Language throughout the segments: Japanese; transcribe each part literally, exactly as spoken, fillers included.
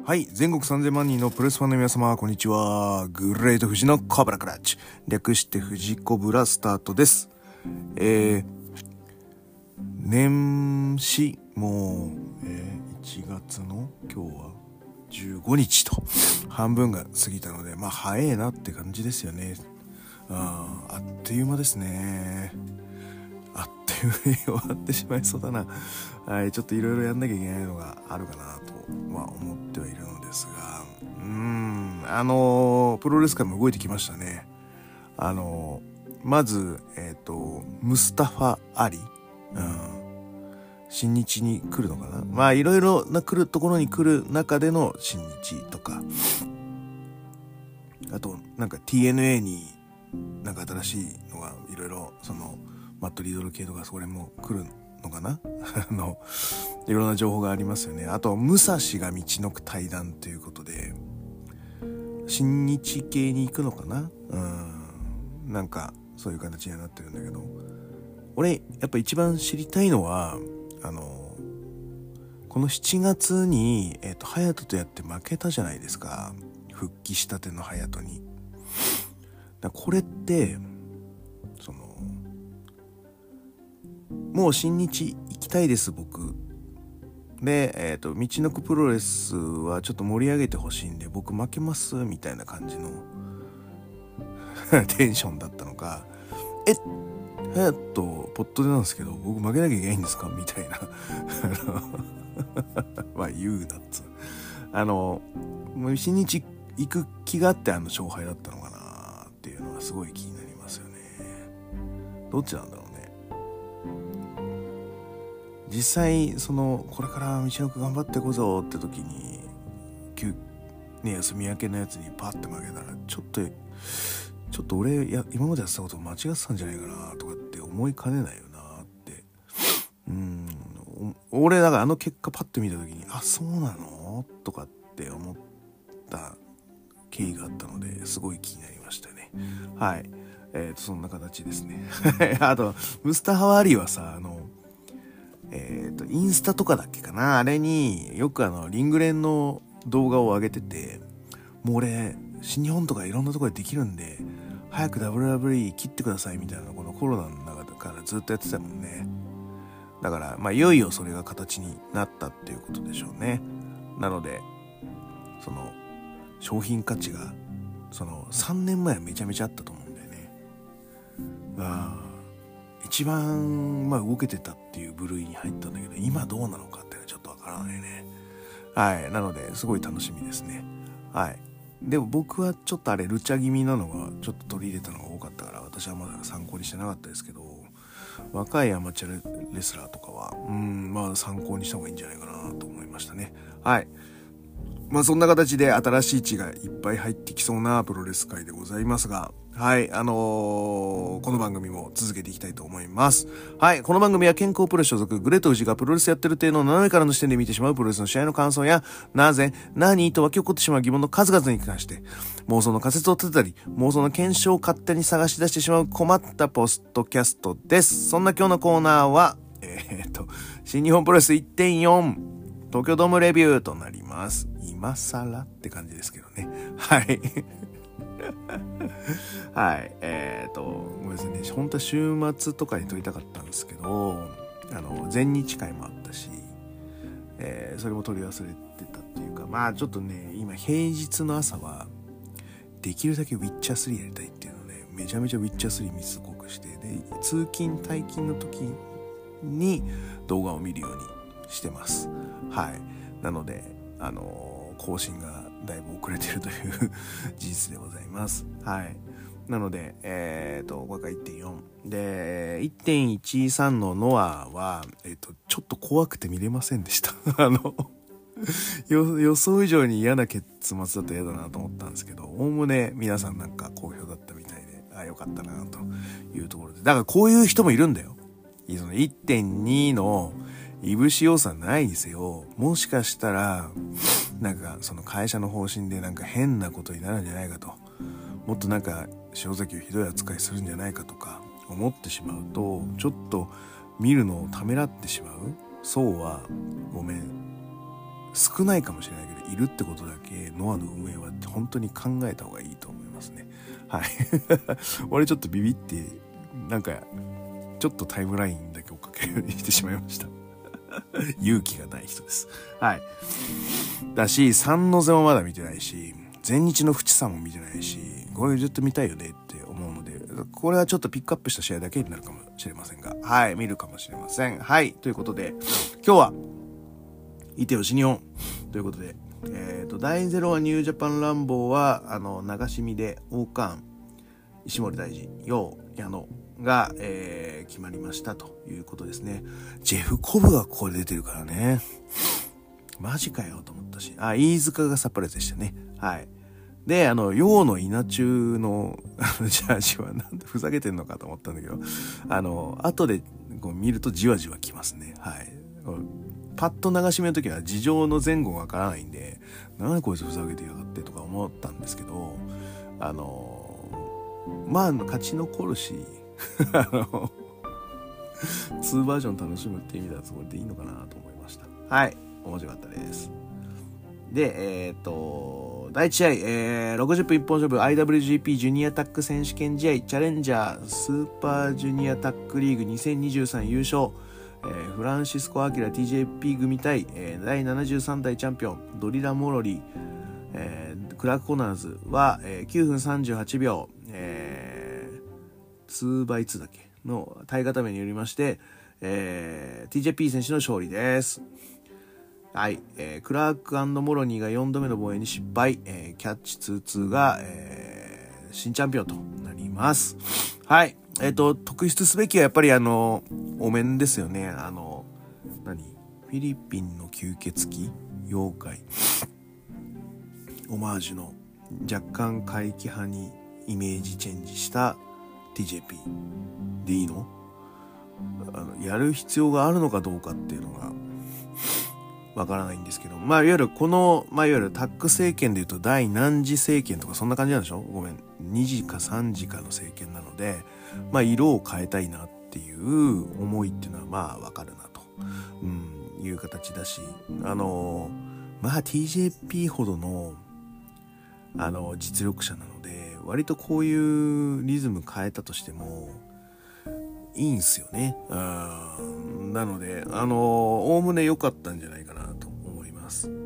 はい。全国さんぜんまん人のプロレスファンの皆様、こんにちは。グレート富士のコブラクラッチ。略して富士コブラスタートです。えー、年始、もう、えー、いちがつの今日はじゅうごにちと半分が過ぎたので、まあ早いなって感じですよね。あー、あっという間ですね。あっという間に終わってしまいそうだな。はい、ちょっといろいろやんなきゃいけないのがあるかなと、まあ、思ってはいるのですが、うーん、あのー、プロレス界も動いてきましたね。あのー、まず、えっと、ムスタファ・アリ、うん、新日に来るのかな。まあ、いろいろな来るところに来る中での新日とか、あと、なんか ティーエヌエー になんか新しいのがいろいろ、その、マットリドル系とかそれも来るのかなあの、いろんな情報がありますよね。あと、武蔵が道のく対談ということで、新日系に行くのかなうん。なんか、そういう形にはなってるんだけど、俺、やっぱ一番知りたいのは、あの、このしちがつに、えっと、隼人とやって負けたじゃないですか。復帰したての隼人に。だこれって、その、もう新日行きたいです僕で、えっと道のくプロレスはちょっと盛り上げてほしいんで僕負けますみたいな感じのテンションだったのか、え隼人ポットでなんですけど僕負けなきゃいけないんですかみたいなまあ言うなっつあの新日行く気があってあの勝敗だったのかなっていうのがすごい気になりますよね。どっちなんだろうね。実際そのこれから道のく頑張ってこぞって時に急ね休み明けのやつにパッて負けたらちょっとちょっと俺や今までやってたこと間違ってたんじゃないかなとかって思いかねないよなって。うん俺だからあの結果パッて見た時にあそうなのとかって思った経緯があったのですごい気になりましたね。はいえーとそんな形ですねあとムスタハワーリーはさあのえっと、インスタとかだっけかなあれによくあのリングレンの動画を上げてて、もう俺新日本とかいろんなところでできるんで早く ダブリューダブリューイー 切ってくださいみたいなこのコロナの中からずっとやってたもんね。だからまあいよいよそれが形になったっていうことでしょうね。なのでその商品価値がそのさんねんまえはめちゃめちゃあったと思うんだよね。ああ一番まあ動けてたっていう部類に入ったんだけど今どうなのかっていうのはちょっとわからないね。はいなのですごい楽しみですね。はいでも僕はちょっとあれルチャ気味なのがちょっと取り入れたのが多かったから私はまだ参考にしてなかったですけど、若いアマチュアレスラーとかはうんまあ参考にした方がいいんじゃないかなと思いましたね。はいまあそんな形で新しい血がいっぱい入ってきそうなプロレス界でございますが、はい、あのー、この番組も続けていきたいと思います。はい、この番組は健康プロレス所属グレート富士がプロレスやってる程度の斜めからの視点で見てしまうプロレスの試合の感想や、なぜ、何と湧き起こってしまう疑問の数々に関して、妄想の仮説を立てたり、妄想の検証を勝手に探し出してしまう困ったポストキャストです。そんな今日のコーナーは、えー、っと、新日本プロレス いってんよん、東京ドームレビューとなります。今更って感じですけどね。はい。はい。えっと、ごめんなさいね。本当は週末とかに撮りたかったんですけど、あの、前日会もあったし、えー、それも撮り忘れてたっていうか、まあちょっとね、今平日の朝は、できるだけウィッチャースリーやりたいっていうので、めちゃめちゃウィッチャースリー見すごくして、で、通勤退勤の時に動画を見るようにしてます。はい。なので、あのー、更新がだいぶ遅れてるという事実でございます。はい。なので、えっと、これから いってんよん。で、いってんいちさん のノアは、えっと、ちょっと怖くて見れませんでした。あの予想以上に嫌な結末だと嫌だなと思ったんですけど、おおむね皆さんなんか好評だったみたいで、あ、よかったなというところで。だからこういう人もいるんだよ。その いってんに のいぶし要素はないにせよ、もしかしたらなんかその会社の方針でなんか変なことになるんじゃないかと、もっとなんか塩崎をひどい扱いするんじゃないかとか思ってしまうと、ちょっと見るのをためらってしまう。そうはごめん少ないかもしれないけどいるってことだけノアの運営は本当に考えた方がいいと思いますね。はい俺ちょっとビビってなんかちょっとタイムラインだけ追っかけるようにしてしまいました勇気がない人です。はいだし三ノ瀬もまだ見てないし全日の淵さんも見てないしこれずっと見たいよねって思うのでこれはちょっとピックアップした試合だけになるかもしれませんがはい見るかもしれません。はいということで今日はイテオシ日本ということでえーとだいゼロはニュージャパンランボーはあの流し見で王冠石森大臣陽矢野が、えー、決まりましたということですね。ジェフコブがここで出てるからねマジかよと思ったしあ飯塚がサプライズでしたね。はいであの陽の稲中のジャージはなんでふざけてんのかと思ったんだけどあの後でこう見るとじわじわきますね。はいパッと流し目の時は事情の前後がわからないんでなんでこいつふざけてやがってとか思ったんですけどあのまあ勝ち残るしあのにバージョン楽しむって意味だとそれでいいのかなと思いました。はい面白かったです。でえっ、ー、とだいいち試合、えー、ろくじゅっぷん一本勝負 アイダブリュージーピー ジュニアタック選手権試合チャレンジャースーパージュニアタックリーグにせんにじゅうさん優勝、えー、フランシスコ・アキラ ティージェーピー 組対、えー、だいななじゅうさん代チャンピオンドリラ・モロリ、えー、クラーク・コナーズは、えー、きゅうふんさんじゅうはちびょう、えー、にバイツーだっけの体固めによりまして、えー、ティージェーピー 選手の勝利です。はい、えー、クラーク&モロニーがよんどめの防衛に失敗、えー、キャッチ ツーツー が、えー、新チャンピオンとなります。はい、えっ、ー、と特筆すべきはやっぱりあのお面ですよね。あの何フィリピンの吸血鬼妖怪オマージュの若干怪奇派にイメージチェンジした ティージェーピー でいいの？あのやる必要があるのかどうかっていうのがわからないんですけど、まあいわゆるこの、まあいわゆるタック政権でいうと第何次政権とかそんな感じなんでしょ？ごめん、にじかさんじかの政権なので、まあ色を変えたいなっていう思いっていうのはまあわかるなと、うん、いう形だし、あのまあ ティージェーピー ほどのあの実力者なので割とこういうリズム変えたとしてもいいんすよね。うんなのであのおおむね良かったんじゃないかなと思います。うん、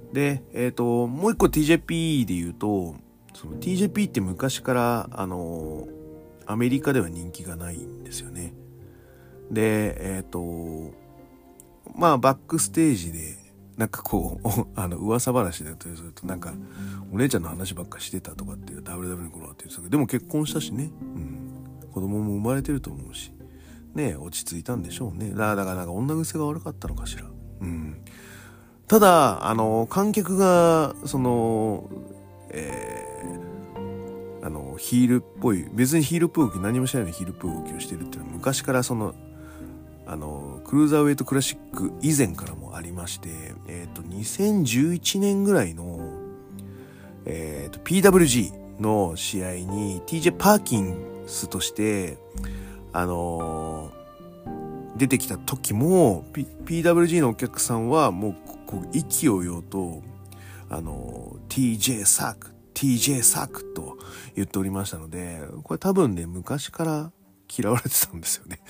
でえっ、ー、ともう一個 ティージェーピー で言うとその ティージェーピー って昔からあのアメリカでは人気がないんですよね。でえっ、ー、とまあバックステージでなんかこうあの噂話だとするとなんかお姉ちゃんの話ばっかしてたとかっていう ダブリューダブリュー の頃はって言ってたけどでも結婚したしね、うん、子供も生まれてると思うしね落ち着いたんでしょうね。だからだからなんか女癖が悪かったのかしら。うん。ただあの観客がそのえー、あのヒールっぽい別にヒールっぽい動き何もしないのにヒールっぽい動きをしてるっていうのは昔からそのあのクルーザーウェイトクラシック以前からもありまして、えっとにせんじゅういちねんぐらいの、えっと ピーダブリュージー の試合に ティージェー パーキンスとしてあのー、出てきた時も、P、ピーダブリュージー のお客さんはもうこう意気揚々とあの ティージェー サーク ティージェー サークと言っておりましたのでこれ多分ね昔から嫌われてたんですよね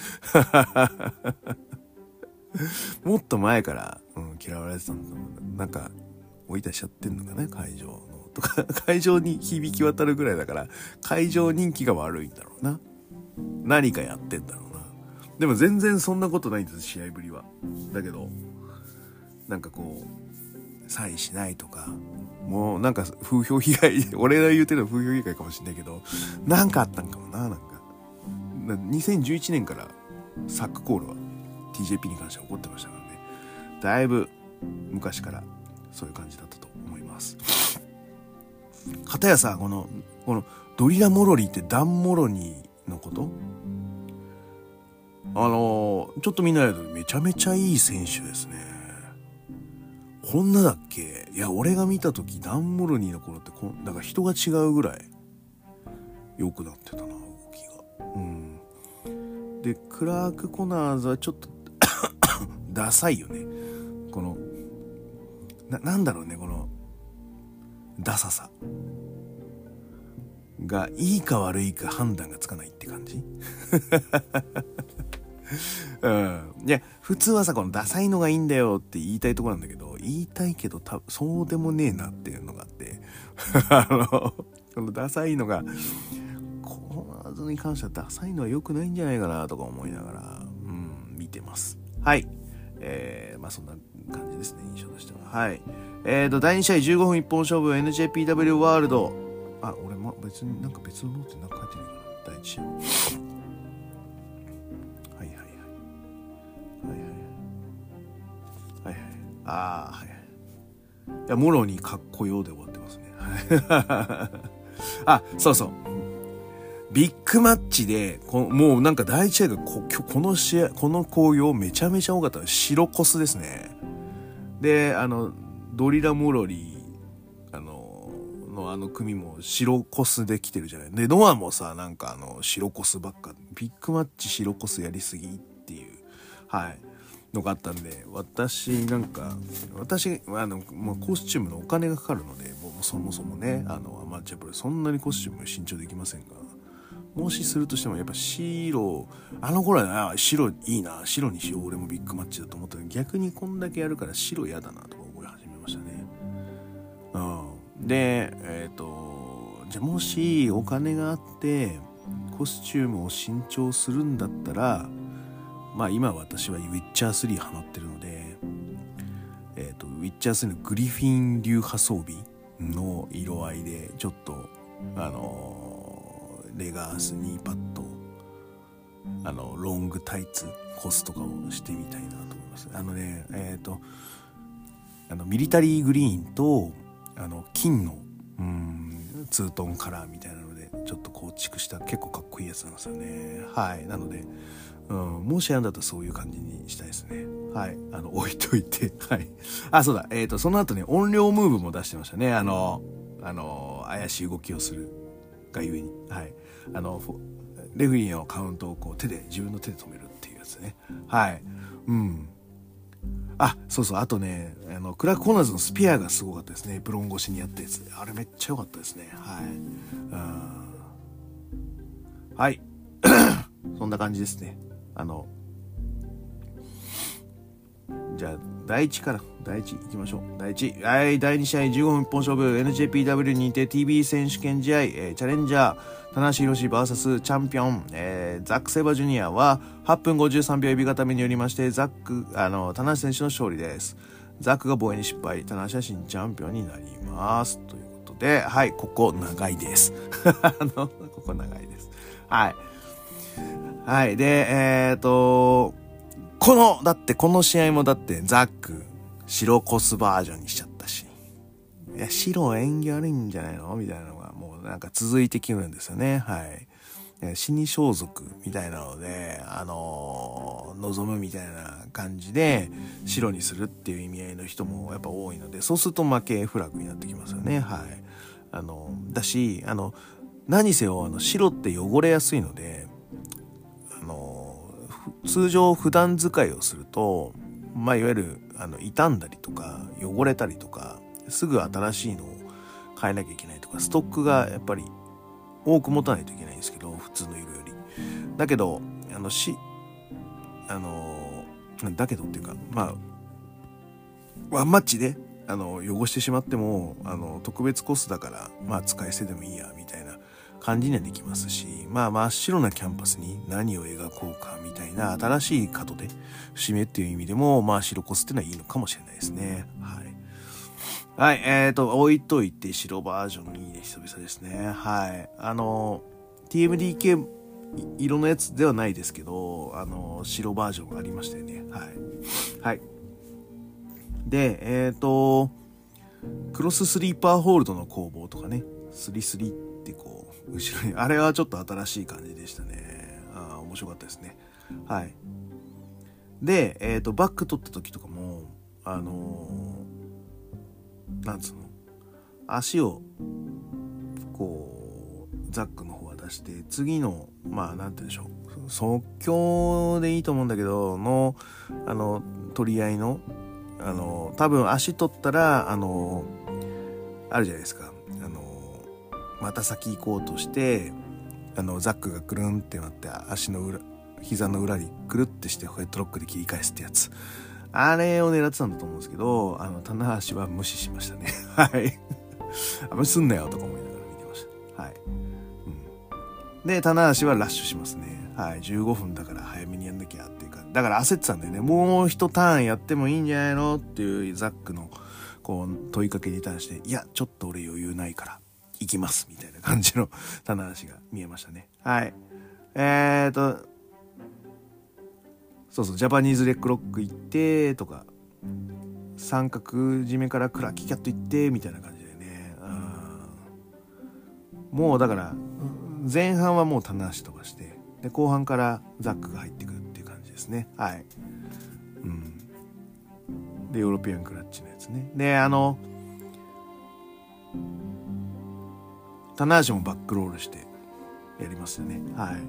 もっと前から、うん、嫌われてたんだ。なんか追い出しちゃってんのかね会場のとか会場に響き渡るぐらいだから会場人気が悪いんだろうな。何かやってんだろうな。でも全然そんなことないんです試合ぶりは。だけどなんかこうサインしないとかもうなんか風評被害俺が言うてるのは風評被害かもしれないけどなんかあったんかもな。なんかにせんじゅういちねんからサックコールは ティージェーピー に関しては起こってましたからね。だいぶ昔からそういう感じだったと思います。かたやさこのこのドリラ・モロリーってダン・モロニーのこと？あのー、ちょっと見ないとめちゃめちゃいい選手ですね。こんなだっけ？いや俺が見た時ダン・モロニーの頃ってこんなんか人が違うぐらい良くなってたな動きが。うん。でクラーク・コナーズはちょっとダサいよね。このな、なんだろうね、このダサさがいいか悪いか判断がつかないって感じうん。いや、普通はさ、このダサいのがいいんだよって言いたいところなんだけど、言いたいけど多分そうでもねえなっていうのがあってあの、このダサいのが、この謎に関してはダサいのは良くないんじゃないかなとか思いながら、うん、見てます。はい。えー、まあそんな感じですね、印象としては。はい。えーと、だいに試合じゅうごふん一本勝負 エヌジェーピーダブリュー ワールド。あ、俺、ま、別になんか別のノートになんか書いてないかな。だいいち試合。はいはいはい。はいはい。はいはい。ああ、はいはい。いや、もろにかっこよで終わってますね。あ、そうそう。ビッグマッチで、こもうなんかだいいち試合がこ、この試合、この興行めちゃめちゃ多かった。白コスですね。で、あの、ドリラモロリー、あの、のあの組も白コスで来てるじゃない。で、ノアもさ、なんかあの、白コスばっか、ビッグマッチ白コスやりすぎっていう、はい、のがあったんで、私なんか、私、あの、まあ、コスチュームのお金がかかるので、もうそもそもね、あの、アマチュアプロそんなにコスチューム新調できませんが、もしするとしてもやっぱ白、あの頃はな、白いいな、白にしよう、俺もビッグマッチだと思ったけど、逆にこんだけやるから白嫌だなとか思い始めましたね。うん。で、えっと、じゃあもしお金があってコスチュームを新調するんだったら、まあ今私はウィッチャースリーハマってるので、えっと、ウィッチャースリーのグリフィン流派装備の色合いでちょっと、あのー、レガースにパッとあのロングタイツコスとかをしてみたいなと思います。あのねえっとあのミリタリーグリーンとあの金のうーんツートンカラーみたいなのでちょっと構築した結構かっこいいやつなんですよね。はい。なので、うん、もしやんだったらそういう感じにしたいですね。はい。あの置いといて、はい。あ、そうだ。えっとその後ね音量ムーブも出してましたね。あのあの怪しい動きをするがゆえに、はい。あのレフェリーのカウントをこう手で自分の手で止めるっていうやつね。はい。うん。あ、そうそう。あとね、あのクラーク・コーナーズのスピアがすごかったですね。ブロン越しにやったやつ。あれめっちゃ良かったですね。はい。うん。はい。そんな感じですね。あのじゃあだいいちからだいいち行きましょう。だいいち、はい、だいに試合じゅうごふん一本勝負 エヌジェーピーダブリュー 認定 ティービー 選手権試合、えー、チャレンジャー棚橋宏 ブイエス チャンピオン、えー、ザック・セイバージュニアははっぷんごじゅうさんびょう指固めによりましてザックあの棚橋選手の勝利です。ザックが防衛に失敗、棚橋は新チャンピオンになりますということで、はい、ここ長いですあのここ長いです。はいはいでえっ、ー、とこのだってこの試合もだってザック白コスバージョンにしちゃったし、いや白縁起悪いんじゃないのみたいなのがもうなんか続いてきるんですよね。はい。死に装束みたいなのであのー、望むみたいな感じで白にするっていう意味合いの人もやっぱ多いので、そうすると負けフラグになってきますよね。はい。あのだしあの何せよあの白って汚れやすいので、あの通常普段使いをすると、まあいわゆるあの傷んだりとか汚れたりとかすぐ新しいのを変えなきゃいけないとか、ストックがやっぱり多く持たないといけないんですけど、普通の色より。だけどあのしあのだけどっていうかまあワンマッチであの汚してしまってもあの特別コスだからまあ使い捨てでもいいやみたいな感じにはできますし、まあ真っ白なキャンパスに何を描こうかみたいな新しい角で節目っていう意味でもまあ白コスってのはいいのかもしれないですね。はい。はい、えーと置いといて白バージョンいいね、久々ですね。はい。あの ティーエムディーケー 色のやつではないですけど、あの白バージョンがありましたよね。はい。はい。で、えーとクロススリーパーホールドの攻防とかね、スリスリってこう後ろに、あれはちょっと新しい感じでしたね。あ、面白かったですね。はい。で、えっとバック取った時とかもあのー、なんつうの、足をこうザックの方は出して、次のまあなんて言うんでしょう、即興でいいと思うんだけどのあの取り合いのああの多分足取ったらあのあるじゃないですか、あのまた先行こうとしてあのザックがくるんってなって足の裏膝の裏にくるってしてヘッドロックで切り返すってやつ、あれを狙ってたんだと思うんですけど、あの棚橋は無視しましたねはいあ無視すんなよとか思いながら見てました。はい、うん、で棚橋はラッシュしますね。はい、じゅうごふんだから早めにやんなきゃっていうか、だから焦ってたんだよね。もう一ターンやってもいいんじゃないのっていうザックのこう問いかけに対して、いやちょっと俺余裕ないから行きますみたいな感じの棚橋が見えましたね。はい、えーとそうそうジャパニーズレッグロック行ってとか、三角締めからクラッキーキャット行ってみたいな感じでね、うん、もうだから前半はもう棚橋飛ばして、で後半からザックが入ってくるっていう感じですね。はい、うん、でヨーロピアンクラッチのやつね。であの棚橋もバックロールしてやりますよね。はい、うん、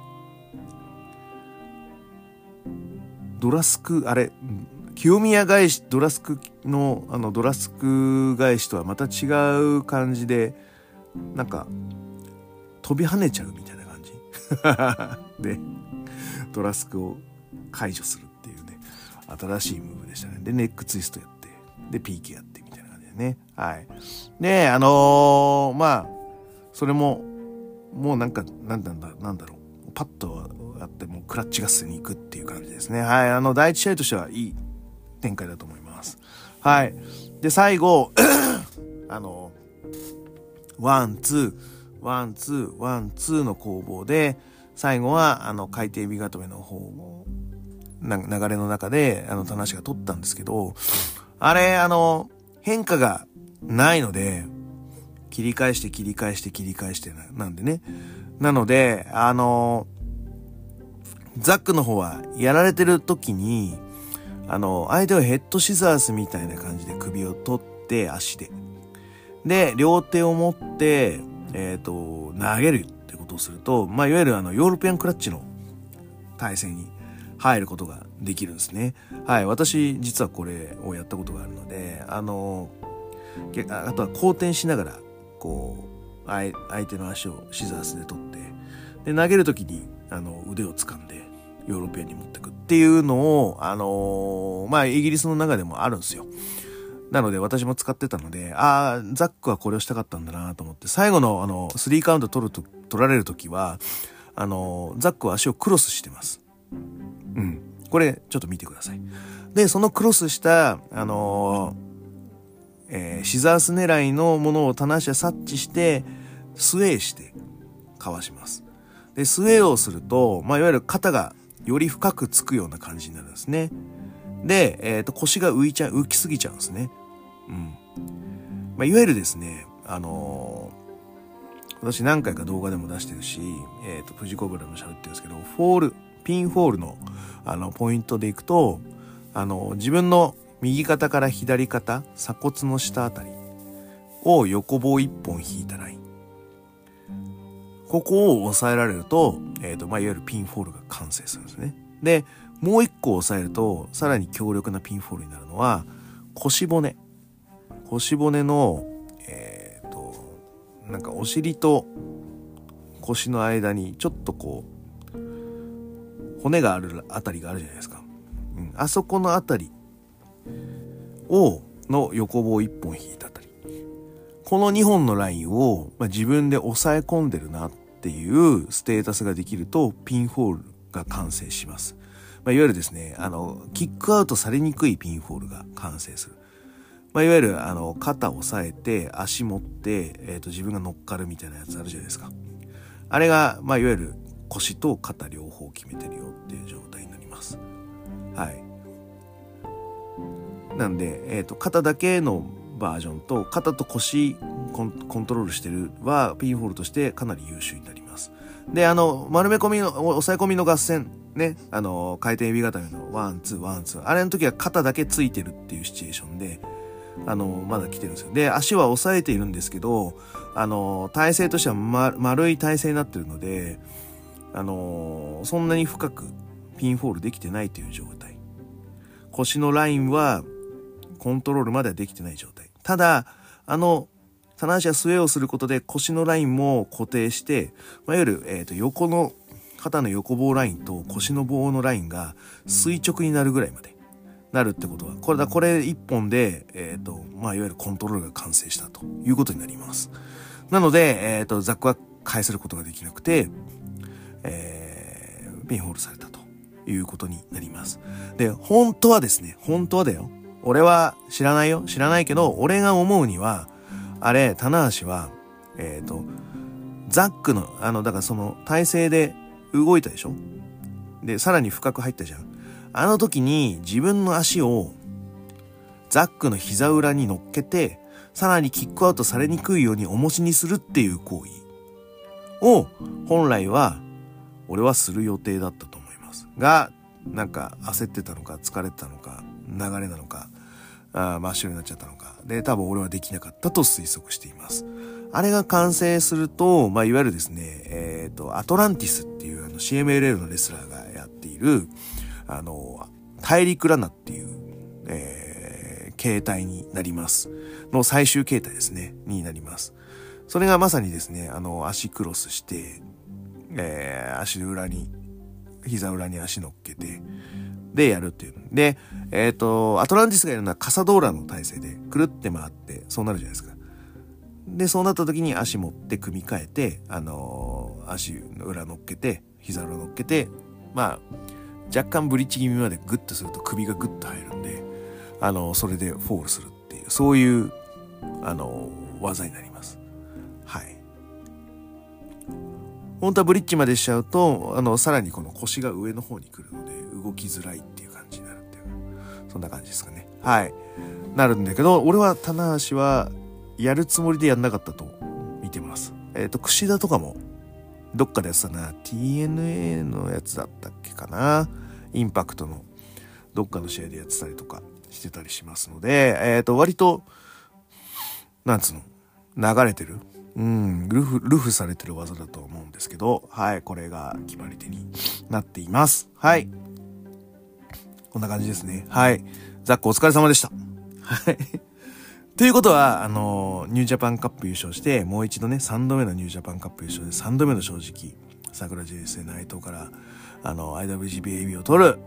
ドラスクあれ清宮返しドラスクのあのドラスク返しとはまた違う感じで、なんか飛び跳ねちゃうみたいな感じでドラスクを解除するっていうね、新しいムーブでしたね。でネックツイストやってで ピーケー やってみたいな感じでね。はい、であのー、まあそれももうなんかなんだなんだろうパッとあってもうクラッチ合戦に行くっていう感じですね。はい、あの第一試合としてはいい展開だと思います。はい、で最後あのワンツーワンツーワンツーの攻防で、最後はあの海底ビ固めの方もな流れの中であの棚橋が取ったんですけど、あれあの変化がないので切り返して切り返して切り返してな、なんでね、なのであのザックの方はやられてる時にあの相手はヘッドシザースみたいな感じで首を取って足でで両手を持ってえっと投げるってことをすると、まあいわゆるあのヨーロピアンクラッチの体勢に入ることができるんですね。はい、私実はこれをやったことがあるので、あのあとは後転しながらこう相手の足をシザースで取ってで投げるときにあの腕を掴んでヨーロピアンに持ってくっていうのをあのー、まあイギリスの中でもあるんですよ。なので私も使ってたので、ああザックはこれをしたかったんだなと思って、最後のあのスリーカウント取ると取られるときはあのザックは足をクロスしてます。うん、これちょっと見てください。でそのクロスしたあのーえー、シザース狙いのものを棚橋は察知してスウェーしてかわします。でスウェーをすると、まあ、いわゆる肩がより深くつくような感じになるんですね。で、えー、と腰が浮いちゃう浮きすぎちゃうんですね。うん。まあ、いわゆるですね、あのー、私何回か動画でも出してるし、えっ、ー、とフジコブラでも喋ってるんですけど、フォールピンフォールのあのポイントでいくと、あの自分の右肩から左肩鎖骨の下あたりを横棒一本引いたライン、ここを押さえられると、えっ、ー、とまあいわゆるピンフォールが完成するんですね。でもう一個押さえるとさらに強力なピンフォールになるのは腰骨腰骨のえっ、ー、となんかお尻と腰の間にちょっとこう骨があるあたりがあるじゃないですか、うん、あそこのあたりをの横棒一本引いたあたり、このにほんのラインを、まあ、自分で押さえ込んでるなっていうステータスができるとピンフォールが完成します。まあ、いわゆるですね、あのキックアウトされにくいピンフォールが完成する。まあ、いわゆるあの肩を押さえて足持って、えーと、自分が乗っかるみたいなやつあるじゃないですか。あれが、まあ、いわゆる腰と肩両方決めてるよっていう状態になります。はい。なんで、えーと、肩だけのバージョンと肩と腰コン、コントロールしてるはピンフォールとしてかなり優秀になります。で、あの丸め込みの抑え込みの合戦ね、あの回転エビ固めのワンツーワンツー、あれの時は肩だけついてるっていうシチュエーションであのまだ来てるんですよ。で足は押さえているんですけど、あの体勢としては、ま、丸い体勢になってるので、あのそんなに深くピンフォールできてないという状態。 腰のラインはコントロールまではできてない状態。ただ、あの、棚橋はスウェーをすることで腰のラインも固定して、まあ、いわゆる、えーと、横の、肩の横棒ラインと腰の棒のラインが垂直になるぐらいまでなるってことは、これだ、これ一本で、えっと、まあ、いわゆるコントロールが完成したということになります。なので、えっと、ザックは返せることができなくて、えー、ピンホールされたということになります。で、本当はですね、本当はだよ。俺は知らないよ。知らないけど、俺が思うには、あれ、棚橋は、えっと、ザックの、あの、だからその体勢で動いたでしょ？で、さらに深く入ったじゃん。あの時に自分の足をザックの膝裏に乗っけて、さらにキックアウトされにくいように重しにするっていう行為を本来は俺はする予定だったと思います。が、なんか焦ってたのか疲れてたのか流れなのか、あ真っ白になっちゃったのか。で、多分俺はできなかったと推測しています。あれが完成すると、まあ、いわゆるですね、えっと、アトランティスっていうあの シーエムエルエル のレスラーがやっている、あの、大陸ラナっていう、えー、形態になります。の最終形態ですね、になります。それがまさにですね、あの、足クロスして、えー、足裏に、膝裏に足乗っけて、でやるっていう。で、えっと、アトランティスがやるのはカサドーラの体勢で、くるって回って、そうなるじゃないですか。で、そうなった時に足持って組み替えて、あのー、足の裏乗っけて、膝裏乗っけて、まあ、若干ブリッジ気味までグッとすると首がグッと入るんで、あのー、それでフォールするっていう、そういう、あのー、技になります。はい。本当はブリッジまでしちゃうと、あの、さらにこの腰が上の方に来るので、動きづらいっていう感じになるっていう、そんな感じですかね。はい。なるんだけど、俺は棚橋は、やるつもりでやんなかったと見てます。えっと、櫛田とかも、どっかでやってたな、ティーエヌエー のやつだったっけかな。インパクトの、どっかの試合でやってたりとかしてたりしますので、えっと、割と、なんつうの、流れてる。うん、ルフ、ルフされてる技だと思うんですけど、はい、これが決まり手になっています。はい。こんな感じですね。はい。ザックお疲れ様でした。はい。ということは、あの、ニュージャパンカップ優勝して、もう一度ね、さんどめのニュージャパンカップ優勝で、さんどめの正直、桜 ジェイエスエー 内藤から、あの、アイダブリュージーピーエービー を取る。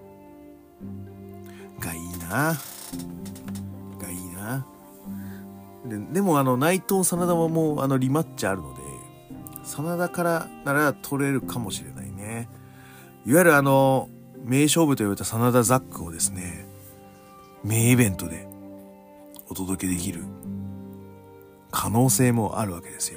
がいいな。がいいな。で、でもあの、内藤、真田はもう、あの、リマッチあるので、真田からなら取れるかもしれないね。いわゆるあの、名勝負と言われた真田ザックをですね、名イベントで、お届けできる可能性もあるわけですよ。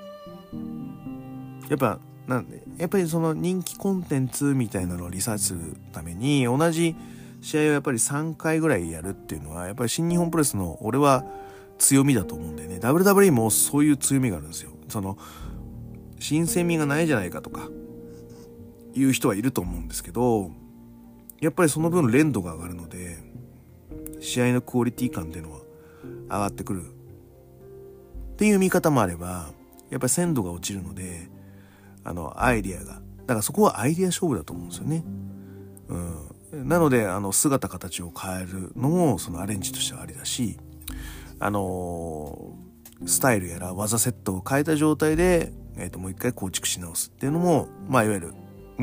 やっぱなんでやっぱりその人気コンテンツみたいなのをリサーチするために同じ試合をやっぱりさんかいぐらいやるっていうのはやっぱり新日本プロレスの俺は強みだと思うんでね。 ダブリューダブリューイー もそういう強みがあるんですよ。その新鮮味がないじゃないかとかいう人はいると思うんですけど、やっぱりその分連度が上がるので試合のクオリティ感っていうのは上がってくるっていう見方もあれば、やっぱり鮮度が落ちるので、あのアイディアが、だからそこはアイディア勝負だと思うんですよね。うん、なのであの姿形を変えるのもそのアレンジとしてはありだし、あのー、スタイルやら技セットを変えた状態で、えーと、もう一回構築し直すっていうのも、まあいわゆる、うん、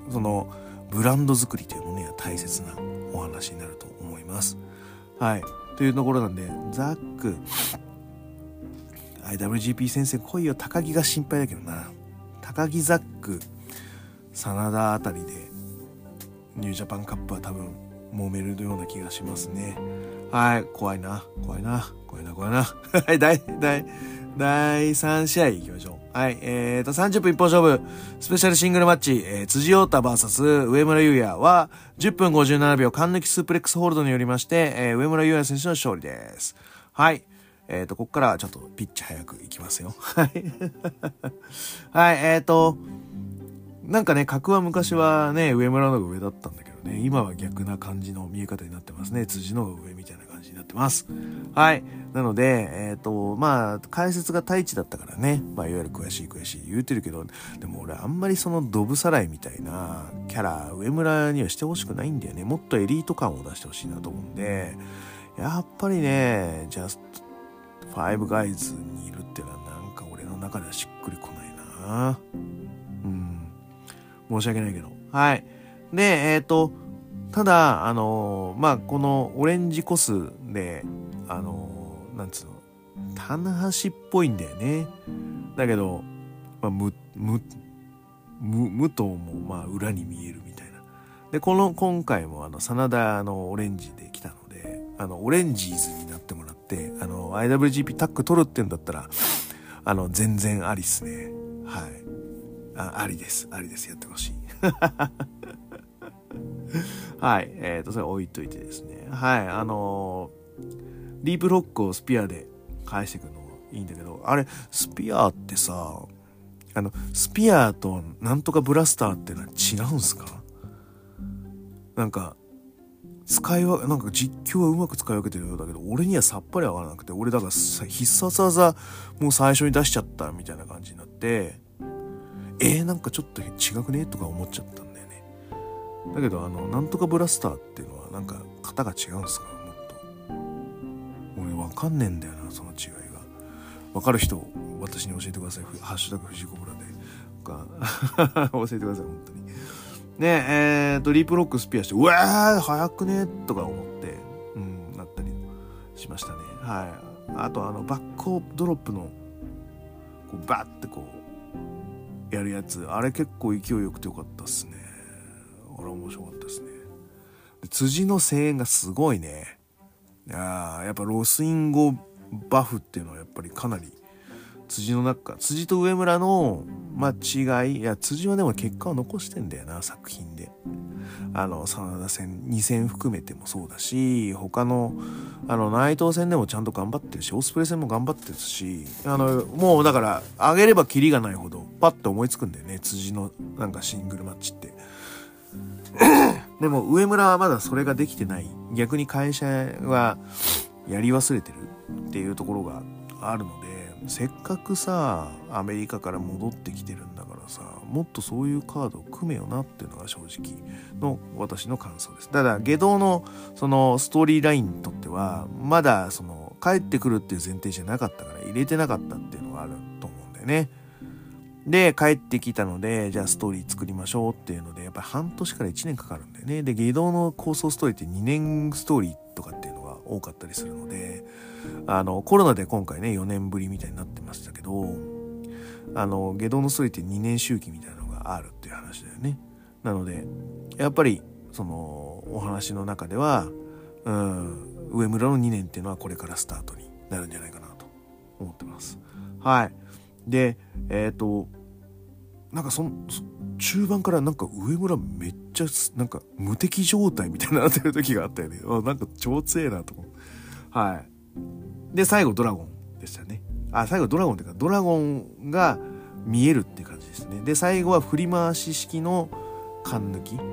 そのブランド作りというものには大切なお話になると思います。はい。というところなんで、ザック、アイダブリュージーピー 先生来いよ。高木が心配だけどな。高木ザック、真田あたりで、ニュージャパンカップは多分、揉めるような気がしますね。はい。怖いな。怖いな。怖いな、怖いな。はい。第、第、第さん試合行きましょう。はい。えーと、さんじゅっぷん一本勝負、スペシャルシングルマッチ、えー、辻陽太 ブイエス 上村優也は、じゅっぷんごじゅうななびょう、カン抜きスープレックスホールドによりまして、えー、上村優也選手の勝利です。はい。えーと、ここからちょっとピッチ早くいきますよ。はい。はい、えーと、なんかね、格は昔はね、上村の方が上だったんだけどね、今は逆な感じの見え方になってますね。辻の方が上みたいな感じじになってます。はい。なので、えっと、まあ、解説が太一だったからね、まあ、いわゆる悔しい悔しい言うてるけど、でも俺あんまりそのドブさらいみたいなキャラ、上村にはしてほしくないんだよね。もっとエリート感を出してほしいなと思うんで、やっぱりね、ジャストファイブガイズにいるっていうのはなんか俺の中ではしっくりこないな。うん。申し訳ないけど。はい。で、えっと、ただ、あのー、まあ、このオレンジコスで、あのー、なんつうの、棚橋っぽいんだよね。だけど、まあ、む、む、む、武藤もまあ裏に見えるみたいな。で、この、今回もあの、真田のオレンジで来たので、あの、オレンジーズになってもらって、あの、アイダブリュージーピー タッグ取るってんだったら、あの、全然ありっすね。はい。あ、ありです。ありです。やってほしい。はい。えっと、それ置いといてですね。はい。あのー、ディープロックをスピアで返していくのいいんだけど、あれ、スピアってさ、あの、スピアとなんとかブラスターってのは違うんすか？なんか、使いわ、なんか実況はうまく使い分けてるようだけど、俺にはさっぱりわからなくて、俺だから必殺技もう最初に出しちゃったみたいな感じになって、えー、なんかちょっと違くねとか思っちゃったんだよね。だけど、あの、なんとかブラスターっていうのはなんか型が違うんすか？もっと。俺わかんねえんだよな、その違いが。わかる人、私に教えてください。ハッシュタグ藤子ブラで。か教えてください、本当に。ねえ、えーと、リープロックスピアして、うわー早くねとか思って、うん、なったりしましたね。はい。あと、あの、バックドロップの、こう、バッてこう、やるやつ。あれ結構勢いよくてよかったっすね。あれ面白かったですね。で辻の声援がすごいね。ああ、やっぱロスインゴバフっていうのはやっぱりかなり辻の中、辻と上村のまあ違い、いや辻はでも結果を残してんだよな、作品で。あの真田戦に戦含めてもそうだし、他のあの内藤戦でもちゃんと頑張ってるし、オスプレイ戦も頑張ってるし、あのもうだから上げればキリがないほどパッと思いつくんだよね、辻のなんかシングルマッチって。でも上村はまだそれができてない。逆に会社はやり忘れてるっていうところがあるので、せっかくさアメリカから戻ってきてるんだからさ、もっとそういうカードを組めよなっていうのが正直の私の感想です。ただ下道のそのストーリーラインにとってはまだその帰ってくるっていう前提じゃなかったから入れてなかったっていうのがあると思うんだよね。で帰ってきたので、じゃあストーリー作りましょうっていうのでやっぱり半年からいちねんかかるんだよね。で下道の構想ストーリーってにねんストーリーとかっていうのが多かったりするので、あのコロナで今回ねよねんぶりみたいになってましたけど、あの下道のストーリーってにねん周期みたいなのがあるっていう話だよね。なのでやっぱりそのお話の中では、うん、上村のにねんっていうのはこれからスタートになるんじゃないかなと思ってます。はい。でえっとなんかその中盤からなんか上村めっちゃなんか無敵状態みたいになってる時があったよね。あ、なんか超強えなと思う。はい。で最後ドラゴンでしたね。あ、最後ドラゴンっていうかドラゴンが見えるって感じですね。で最後は振り回し式の勘抜き。うん。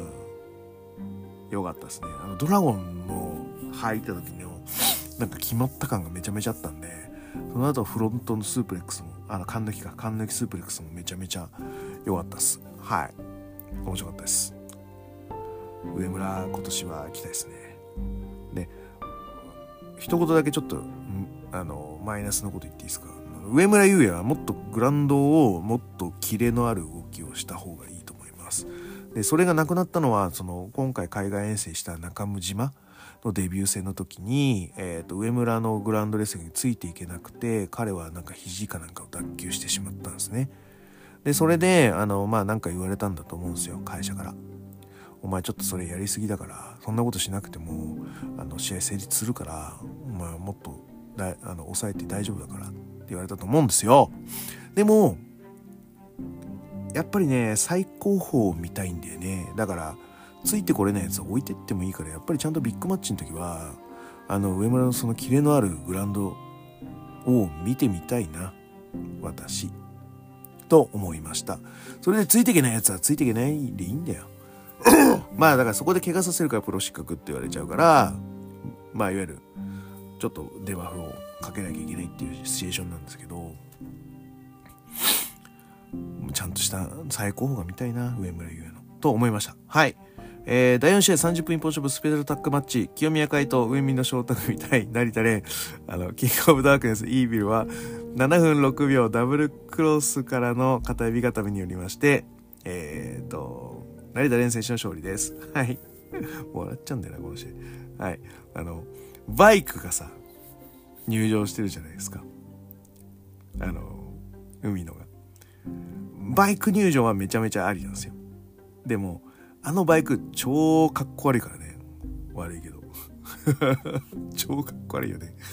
よかったですね。あのドラゴンの入った時のなんか決まった感がめちゃめちゃあったんで、その後フロントのスープレックスもあの勘抜きか勘抜きスープレックスもめちゃめちゃ良かったっす。はい、面白かったです。上村今年は期待ですね。で一言だけちょっとあのマイナスのこと言っていいですか。上村優也はもっとグラウンドをもっとキレのある動きをした方がいいと思います。でそれがなくなったのはその今回海外遠征した中村島のデビュー戦の時に、えー、と上村のグラウンドレスリングについていけなくて、彼はなんか肘かなんかを脱臼してしまったんですね。でそれであのまあなんか言われたんだと思うんですよ、会社から。お前ちょっとそれやりすぎだから、そんなことしなくてもあの試合成立するから、お前もっとだあの抑えて大丈夫だからって言われたと思うんですよ。でもやっぱりね最高峰を見たいんだよね。だからついてこれないやつは置いてってもいいから、やっぱりちゃんとビッグマッチの時はあの上村のそのキレのあるグラウンドを見てみたいな、私と思いました。それでついていけないやつはついていけないでいいんだよまあだからそこで怪我させるからプロ失格って言われちゃうから、 まあいわゆるちょっとデバフをかけなきゃいけないっていうシチュエーションなんですけど、ちゃんとした最高峰が見たいな、上村優也のと思いました。はい、えー、だいよん試合さんじゅっぷん一本勝負スペシャルタッグマッチ、清宮海斗上見のショート組対成田蓮、あのキングオブダークネスイービルはななふんろくびょうダブルクロスからの片指固めによりましてえーと成田蓮選手の勝利です。はい、笑っちゃうんだよなこの試合。はい、あのバイクがさ入場してるじゃないですか、あの海野がバイク入場はめちゃめちゃありなんですよ。でもあのバイク超かっこ悪いからね、悪いけど超かっこ悪いよね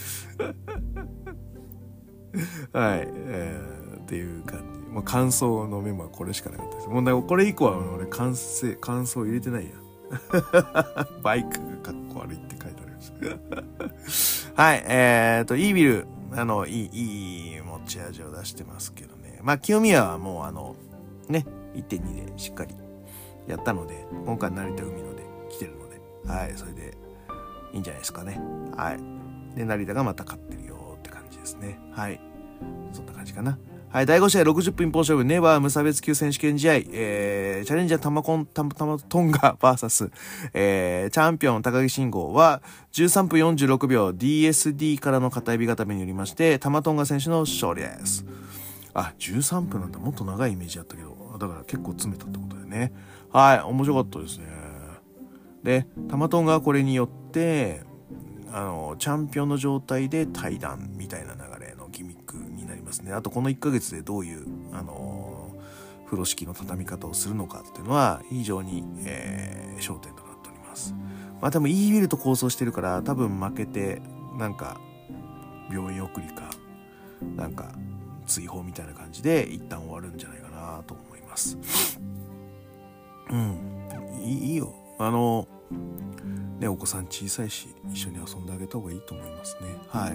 はい、えー、っていう感じ。もう感想のメモはこれしかなかったです。もうなんかこれ以降は俺感想感想入れてないやバイクがかっこ悪いって書いてありますはい、えーとイービルあのいいいい持ち味を出してますけどね。まあ清宮はもうあのね いってんに でしっかりやったので、今回成田海野で来てるので、はい、それでいいんじゃないですかね。はい。で成田がまた勝ってるよって感じですね。はい、そんな感じかな。はい、だいご試合ろくじゅっぷん一本勝負ネバー無差別級選手権試合、えー、チャレンジャータマコンタマタマトンガ ブイエス、えー、チャンピオン高木慎吾はじゅうさんぷんよんじゅうろくびょう ディーエスディー からの片指固めによりましてタマトンガ選手の勝利です。あ、じゅうさんぷんなんだ。もっと長いイメージだったけど、だから結構詰めたってことだよね。はい、面白かったですね。でタマトンガはこれによってあのチャンピオンの状態で対談みたいな流れのギミックになりますね。あとこのいっかげつでどういうあの風呂敷の畳み方をするのかっていうのは非常に、えー、焦点となっております。まあ多分イービルと構想してるから多分負けてなんか病院送りかなんか追放みたいな感じで一旦終わるんじゃないかなと思います。うんいい、いいよ。あのね、お子さん小さいし一緒に遊んであげた方がいいと思いますね。はい。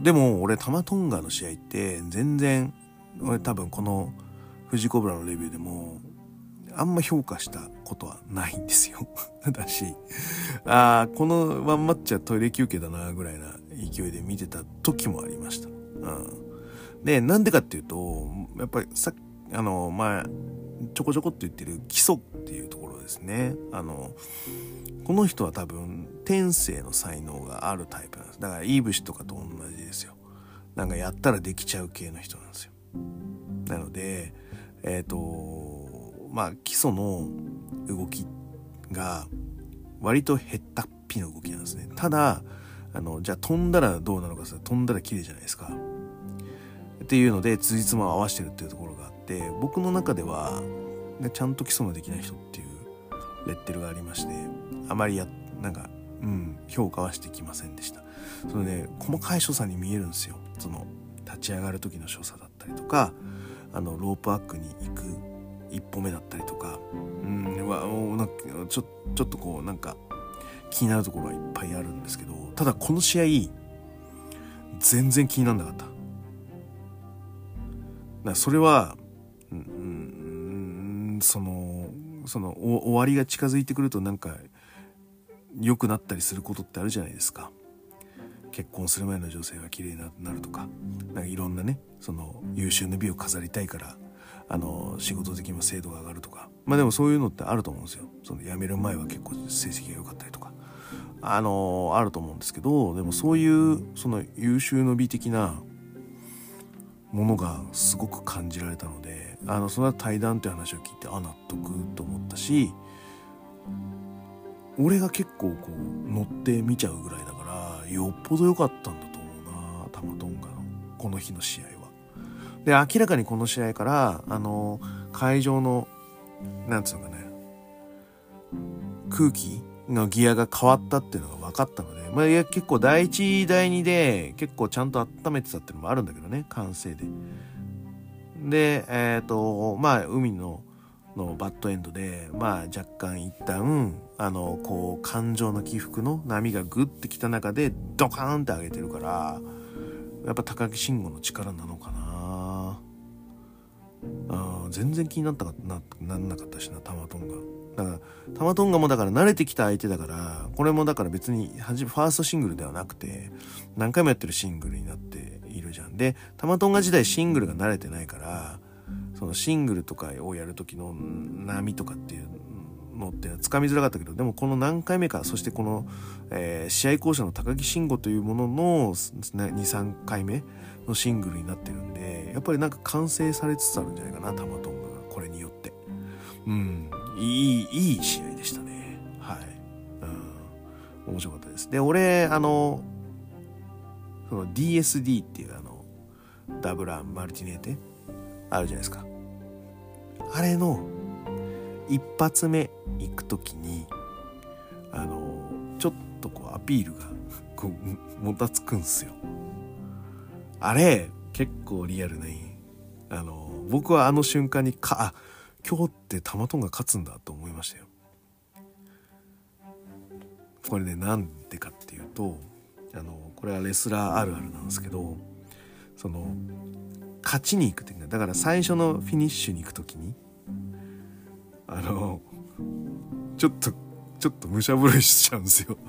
でも俺タマトンガの試合って全然俺多分このフジコブラのレビューでもあんま評価したことはないんですよだしあーこのワンマッチはトイレ休憩だなぐらいな勢いで見てた時もありました。うん、でなんでかっていうとやっぱりさあのまあちょこちょこって言ってる基礎っていうところですね。あのこの人は多分天性の才能があるタイプなんです。だからイーブシとかと同じですよ。なんかやったらできちゃう系の人なんですよ。なのでえっとまあ基礎の動きが割とへったっぴの動きなんですね。ただあのじゃあ飛んだらどうなのかさ、飛んだら綺麗じゃないですかっていうので辻褄を合わせてるっていうところがあって、僕の中ではちゃんと基礎のできない人っていうレッテルがありまして、あまりやなんかうん評価はしてきませんでした。そのね細かい所作に見えるんですよ。その立ち上がる時の所作だったりとか、あのロープワークに行く一歩目だったりとか、うんわなんかちょちょっとこうなんか気になるところはいっぱいあるんですけど、ただこの試合全然気にならなかった。だからそれは、うん、そのその終わりが近づいてくるとなんか良くなったりすることってあるじゃないですか。結婚する前の女性が綺麗になるとか、なんかいろんなねその優秀な美を飾りたいからあの仕事的な精度が上がるとか、まあでもそういうのってあると思うんですよ。その辞める前は結構成績が良かったりとかあのあると思うんですけど、でもそういうその優秀の美的なものがすごく感じられたので、あのその対談っていう話を聞いてあ納得と思ったし、俺が結構こう乗って見ちゃうぐらいだからよっぽど良かったんだと思うな、タマトンガのこの日の試合は。で明らかにこの試合からあの会場のなんつうのかね空気のギアが変わったっていうのが分かったので、まあ、いや結構だいいちだいにで結構ちゃんと温めてたっていうのもあるんだけどね、完成で。でえっとまあ海ののバッドエンドでまあ若干一旦あのこう感情の起伏の波がグッてきた中でドカーンって上げてるから、やっぱ高木慎吾の力なのかな。あ全然気になったかななんなかったしなタマトンが。 だからタマトンガもだから慣れてきた相手だから、これもだから別にはじファーストシングルではなくて何回もやってるシングルになっているじゃん。でタマトンガ時代シングルが慣れてないから、そのシングルとかをやる時の波とかっていうのってつかみづらかったけど、でもこの何回目か、そしてこの、えー、試合巧者の高木慎吾というものの にさんかいめのシングルになってるんで、やっぱりなんか完成されつつあるんじゃないかな、タマトンガがこれによって。うんいいいい試合でしたね。はい、うん、面白かったです。で俺あのその ディーエスディー っていうあのダブルアンマルティネーテあるじゃないですか。あれの一発目行くときにあのちょっとこうアピールがこうもたつくんすよ。あれ結構リアルね。あの僕はあの瞬間にかあ今日ってタマトンが勝つんだと思いましたよ。これねなんでかっていうと、あのこれはレスラーあるあるなんですけど、その勝ちに行くっていうか、だから最初のフィニッシュに行くときにあのちょっとちょっと武者震いしちゃうんですよ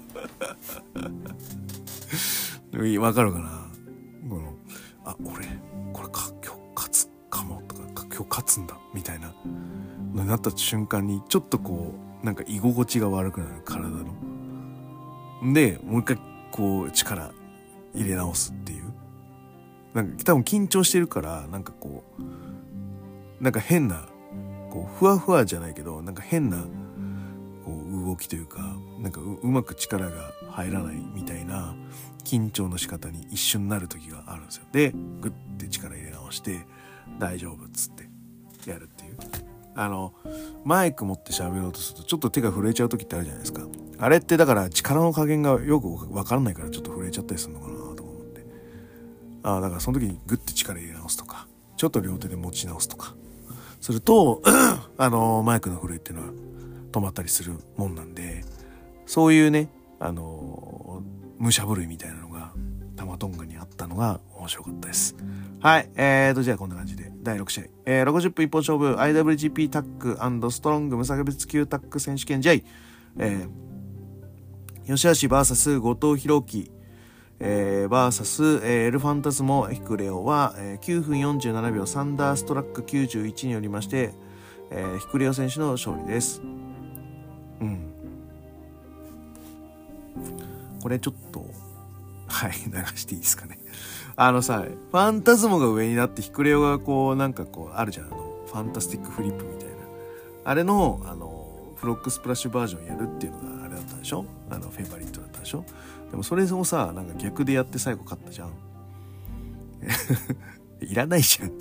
わかるかな、このあ俺これか今日勝つかもとか今日勝つんだみたいなのになった瞬間にちょっとこうなんか居心地が悪くなる、体のでもう一回こう力入れ直すっていう、なんか多分緊張してるからなんかこうなんか変なこうふわふわじゃないけどなんか変なこう動きというか、なんか う, うまく力が入らないみたいな緊張の仕方に一瞬なる時があるんですよ。でグッて力入れ直して大丈夫っつってやるっていう、あのマイク持って喋ろうとするとちょっと手が震えちゃう時ってあるじゃないですか。あれってだから力の加減がよく分からないからちょっと震えちゃったりするのかなと思って、ああだからその時にグッて力入れ直すとかちょっと両手で持ち直すとかするとあのマイクの震えっていうのは止まったりするもんなんで、そういうねあの武者震いみたいなのがタマトンガにあったのが面白かったです。はい、えーとじゃあこんな感じでだいろく試合、えー、ろくじゅっぷん一本勝負 アイダブリュージーピー タック&ストロング無差別級タック選手権試合、えー、吉橋 ブイエス 後藤弘樹えー、バーサス、えー、エルファンタズモヒクレオは、えー、きゅうふんよんじゅうななびょうサンダーストラックきゅうじゅういちによりまして、えー、ヒクレオ選手の勝利です。うんこれちょっとはい流していいですかね。あのさファンタズモが上になってヒクレオがこうなんかこうあるじゃん、あのファンタスティックフリップみたいなあれのあのフロックスプラッシュバージョンやるっていうのがあれだったでしょ、あのフェイバリットだったでしょ。でもそれをさなんか逆でやって最後勝ったじゃんいらないじゃん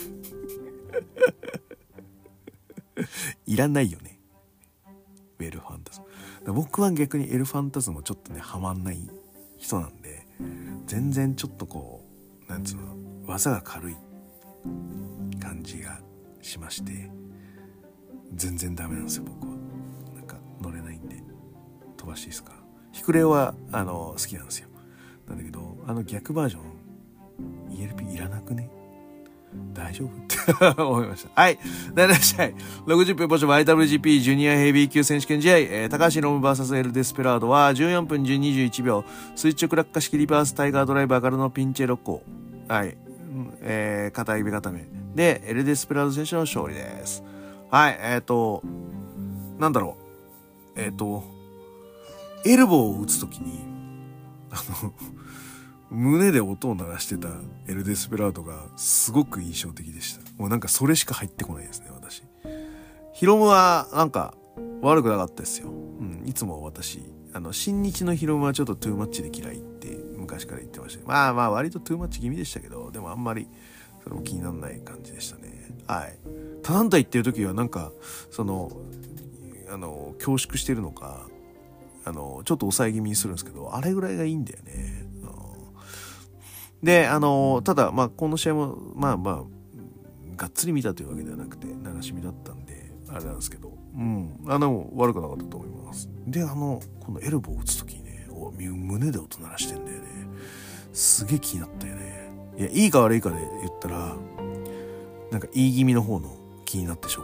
いらないよねエルファンタズム。僕は逆にエルファンタズムちょっとねハマんない人なんで、全然ちょっとこうなんつうの技が軽い感じがしまして、全然ダメなんですよ僕は。なんか乗れないんで飛ばしていいですか。ヒクレオはあの好きなんですよ。なんだけどあの逆バージョン イーエルピー いらなくね大丈夫って思いました。はい。だいなな試合。ろくじゅっぷんポジション アイダブリュージーピー ジュニアヘビー級選手権試合。えー、高橋ロム ブイエス エル・デスペラードはじゅうよんぷんにじゅういちびょう。垂直落下式リバースタイガードライバーからのピンチェロッコ。はい。えー、片指固め。で、エル・デスペラード選手の勝利です。はい。えっ、ー、と、なんだろう。えっ、ー、と、エルボーを打つときに、あの、胸で音を鳴らしてたエル・デスペラードがすごく印象的でした。もうなんかそれしか入ってこないですね、私。ヒロムはなんか悪くなかったですよ。うん、いつも私、あの、新日のヒロムはちょっとトゥーマッチで嫌いって昔から言ってました。まあまあ割とトゥーマッチ気味でしたけど、でもあんまりそれも気にならない感じでしたね。はい。タナンタ行ってる時はなんか、その、あの、恐縮してるのか、あの、ちょっと抑え気味にするんですけど、あれぐらいがいいんだよね。で、あの、ただ、まあ、この試合も、まあまあ、がっつり見たというわけではなくて、流し見だったんで、あれなんですけど、うん、あの、悪くなかったと思います。で、あの、このエルボーを打つときにね、胸で音鳴らしてんだよね。すげえ気になったよね。いや、いいか悪いかで言ったら、なんか、いい気味の方の気になってしょうがないってや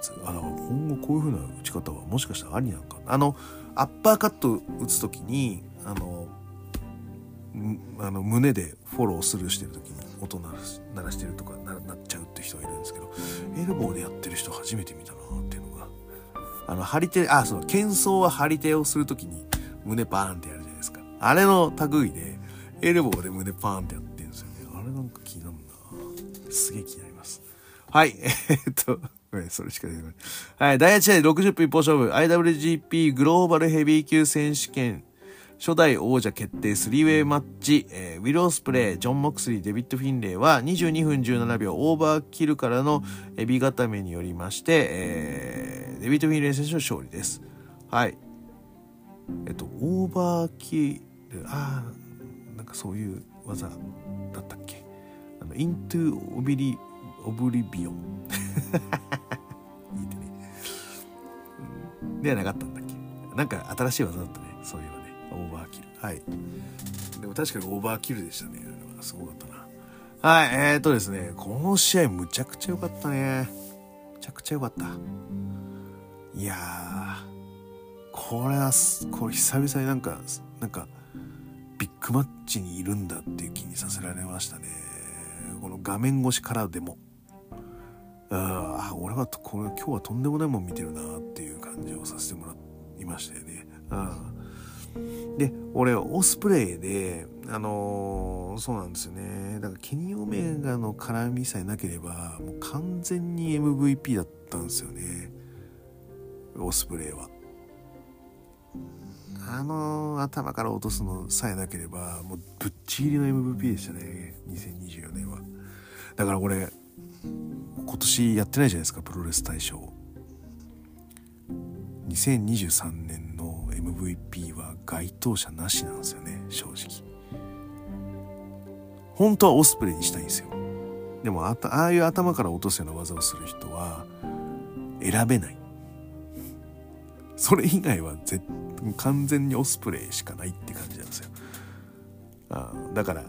つ。あ、だから今後こういう風な打ち方はもしかしたらありなんか。あのアッパーカット打つときにあのあの胸でフォロースルーしてるときに音鳴らし鳴らしてるとか な, なっちゃうって人がいるんですけど、エルボーでやってる人初めて見たなっていうのが、あの張り手、あ、そう、剣争は張り手をするときに胸バーンってやるじゃないですか。あれの類でエルボーで胸パーンってやってるんですよね。あれなんか気になるな。すげえ気になります。はい。えー、っと、ごめん、それしか出てこない。はい。だいはち試合ろくじゅっぷん一方勝負。アイダブリュージーピー グローバルヘビー級選手権初代王者決定スリーウェイマッチ。えー、ウィル・オスプレイ、ジョン・モクスリー、デビッド・フィンレイはにじゅうにふんじゅうななびょうオーバーキルからのエビ固めによりまして、えー、デビッド・フィンレイ選手の勝利です。はい。えっと、オーバーキル、あー、なんかそういう技だったっけ？あの、イントゥ・オビリ、オブリビオン。いいね、うん。ではなかったんだっけ？なんか新しい技だったね。そういうのね。オーバーキル。はい。でも確かにオーバーキルでしたね。あれはすごかったな。はい。えーとですね。この試合むちゃくちゃ良かったね。むちゃくちゃ良かった。いやー。これは、これ久々になんか、なんか、ビッグマッチにいるんだっていう気にさせられましたね。この画面越しからでも。ああ、俺はこれ今日はとんでもないもん見てるなっていう感じをさせてもらいましたよね。あで、俺オスプレイで、あのー、そうなんですよね。だからケニー・オメガの絡みさえなければ、もう完全に エムブイピー だったんですよね。オスプレイは。あの頭から落とすのさえなければもうぶっちぎりの エムブイピー でしたね。にせんにじゅうよねんは。だから俺今年やってないじゃないですか、プロレス大賞。にせんにじゅうさんねんの エムブイピー は該当者なしなんですよね、正直。本当はオスプレイにしたいんですよ。でも あ, ああいう頭から落とすような技をする人は選べない。それ以外は絶完全にオスプレイしかないって感じなんですよ。あだから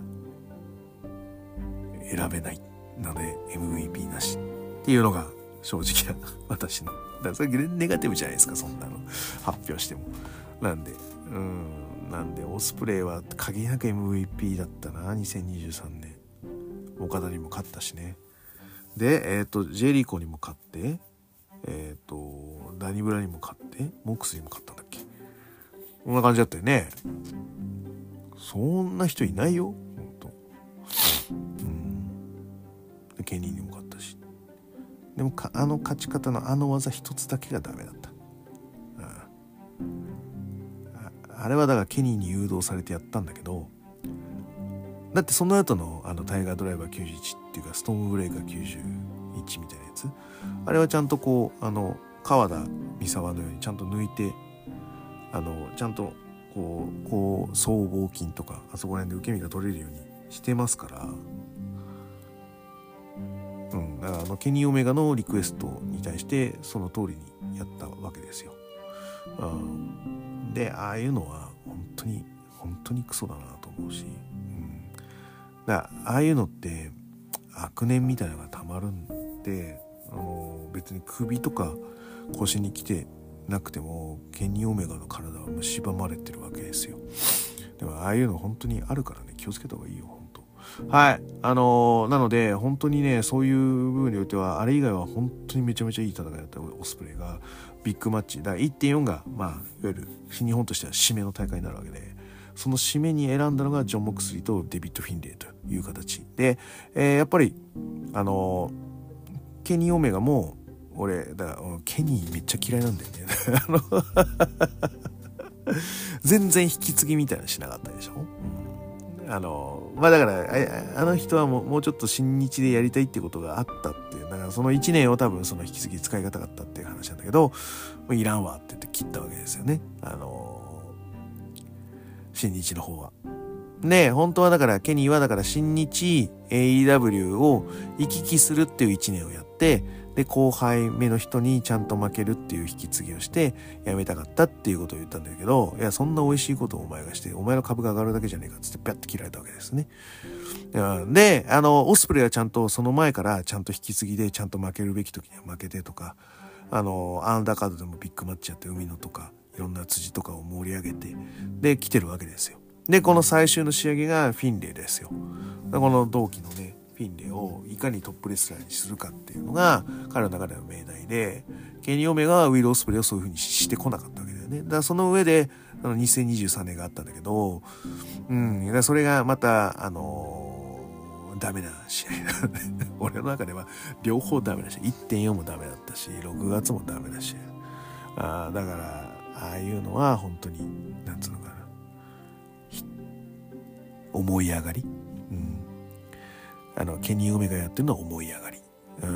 選べないので エムブイピー なしっていうのが正直な私の。だからそれネガティブじゃないですか、そんなの発表しても。なんでうんなんでオスプレイは限りなく エムブイピー だったな。にせんにじゅうさんねん岡田にも勝ったしね。でえっとジェリコにも勝って、えっとダニブラにも勝ってモックスにも勝ったんだっけ。こんな感じだったよね。そんな人いないよ、ほんと。うん。ケニーにも勝ったし。でもかあの勝ち方のあの技一つだけがダメだった。ああ、あれはだからケニーに誘導されてやったんだけど、だってその後のあのタイガードライバーきゅうじゅういちっていうかストームブレイカーきゅうじゅういちみたいなやつ、あれはちゃんとこうあの川田三沢のようにちゃんと抜いて、あのちゃんとこうこう僧帽筋とかあそこら辺で受け身が取れるようにしてますから、うん、だからあのケニー・オメガのリクエストに対してその通りにやったわけですよ。うん、でああいうのは本当に本当にクソだなと思うし、うん、だからああいうのって悪念みたいなのがたまるんで、あの別に首とか腰に来てなくてもケニー・オメガの体は蝕まれてるわけですよ。でもああいうの本当にあるからね、気をつけた方がいいよ本当。はいあのー、なので本当にね、そういう部分においてはあれ以外は本当にめちゃめちゃいい戦いだったオスプレイがビッグマッチだから いってんよん がまあいわゆる新日本としては締めの大会になるわけで、その締めに選んだのがジョン・モクスリーとデビッド・フィンレイという形で、えー、やっぱりあのー、ケニー・オメガも俺だからケニーめっちゃ嫌いなんだよねあの全然引き継ぎみたいなのしなかったでしょ、うん、あのまあだからあ, あの人はもう、もうちょっと新日でやりたいってことがあったっていう、だからそのいちねんを多分その引き継ぎ使い方があったっていう話なんだけど、いらんわって言って切ったわけですよね、あの新日の方は。ね、本当はだからケニーはだから新日 エーイーダブリュー を行き来するっていういちねんをやって、で後輩目の人にちゃんと負けるっていう引き継ぎをしてやめたかったっていうことを言ったんだけど、いやそんな美味しいことをお前がしてお前の株が上がるだけじゃねえかっつってピャッて切られたわけですね。であのオスプレイはちゃんとその前からちゃんと引き継ぎでちゃんと負けるべき時には負けてとか、 あのアンダーカードでもビッグマッチやって海野とかいろんな辻とかを盛り上げてで来てるわけですよ。でこの最終の仕上げがフィンレイですよ。この同期のねフィンレイをいかにトップレスラーにするかっていうのが彼の中での命題で、ケニー・オメガはウィル・オスプレイをそういう風にしてこなかったわけだよね。だからその上であのにせんにじゅうさんねんがあったんだけど、うん、だからそれがまたあのー、ダメな試合俺の中では両方ダメだし いってんよん もダメだったしろくがつもダメだし、あだからああいうのは本当になんつうのかな、思い上がり、うん、あのケニー・オメガやってるのは思い上がり、うん、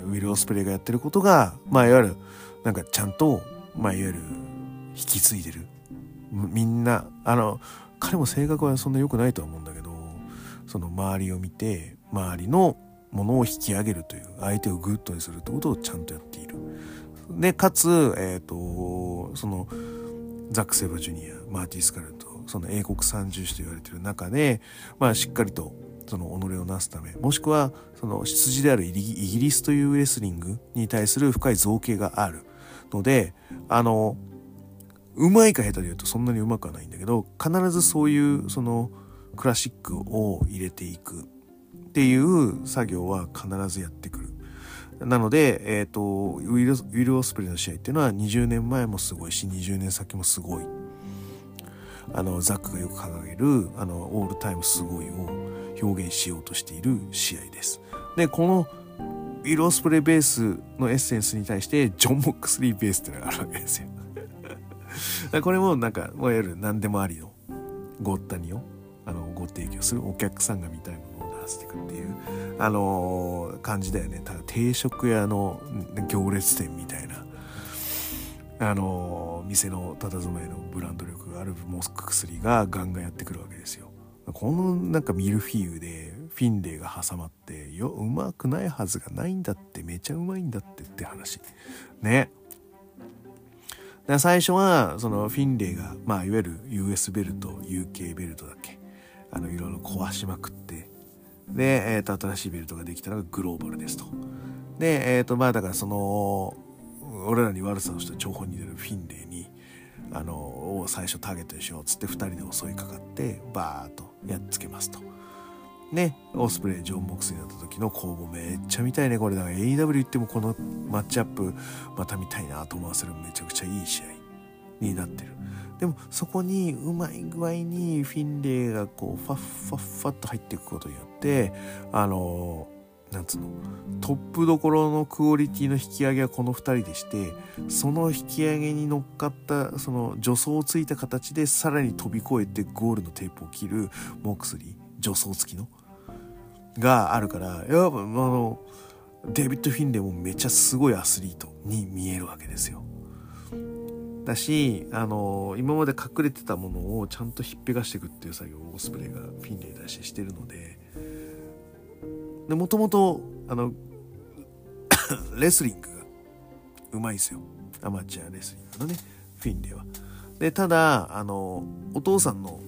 ウィル・オスプレイがやってることがまあいわゆるなんかちゃんとまあいわゆる引き継いでる、みんなあの彼も性格はそんな良くないとは思うんだけど、その周りを見て周りのものを引き上げるという相手をグッドにするってことをちゃんとやっている。でかつえっとそのザック・セイバージュニア、マーティ・スカレット、その英国三重士と言われている中で、まあしっかりとその己をなすため、もしくはその出自であるイギリスというレスリングに対する深い造形があるので、あのうまいか下手で言うとそんなにうまくはないんだけど、必ずそういうそのクラシックを入れていくっていう作業は必ずやってくる。なので、えっと、ウィル・ウィル・オスプレイの試合っていうのはにじゅうねんまえもすごいしにじゅうねん先もすごい。あのザックがよく掲げるあのオールタイムすごいを表現しようとしている試合です。でこのウィル・オスプレイベースのエッセンスに対してジョン・モックスリーベースっていうのがあるわけですよこれもなんかいわゆる何でもありのごったにをあのご提供する、お客さんが見たいものを出していくっていうあのー、感じだよね。ただ定食屋の行列店みたいなあのー、店の佇まいのブランド力があるモックスリーがガンガンやってくるわけですよ。このなんかミルフィーユでフィンレイが挟まってよ、うまくないはずがないんだって、めちゃうまいんだってって話ね。だ最初はそのフィンレイがまあいわゆる ユーエス ベルト ユーケー ベルトだっけ、あのいろいろ壊しまくって、で、えー、と新しいベルトができたのがグローバルですと。でえっ、ー、とまあだからその俺らに悪さをした張本に出るフィンレイにあのを最初ターゲットにしようっつってふたりで襲いかかってバーッとやっつけますと。ね、オスプレイジョン・ボックスになった時の攻防めっちゃ見たいねこれ。だから エーイーダブリュー 行ってもこのマッチアップまた見たいなと思わせるめちゃくちゃいい試合になってる。でもそこにうまい具合にフィンレイがこうファッファッファッと入っていくことによってあのなんつうのトップどころのクオリティの引き上げはこのふたりでして、その引き上げに乗っかったその助走をついた形でさらに飛び越えてゴールのテープを切るモックスリー助走付きのがあるから、やっぱあのデビッド・フィンレイもめっちゃすごいアスリートに見えるわけですよ。だしあの今まで隠れてたものをちゃんとひっぺがしていくっていう作業をオスプレイがフィンレイに対してしてるので、でもともとあのレスリングがうまいですよ、アマチュアレスリングのねフィンレイは。でただあのお父さんの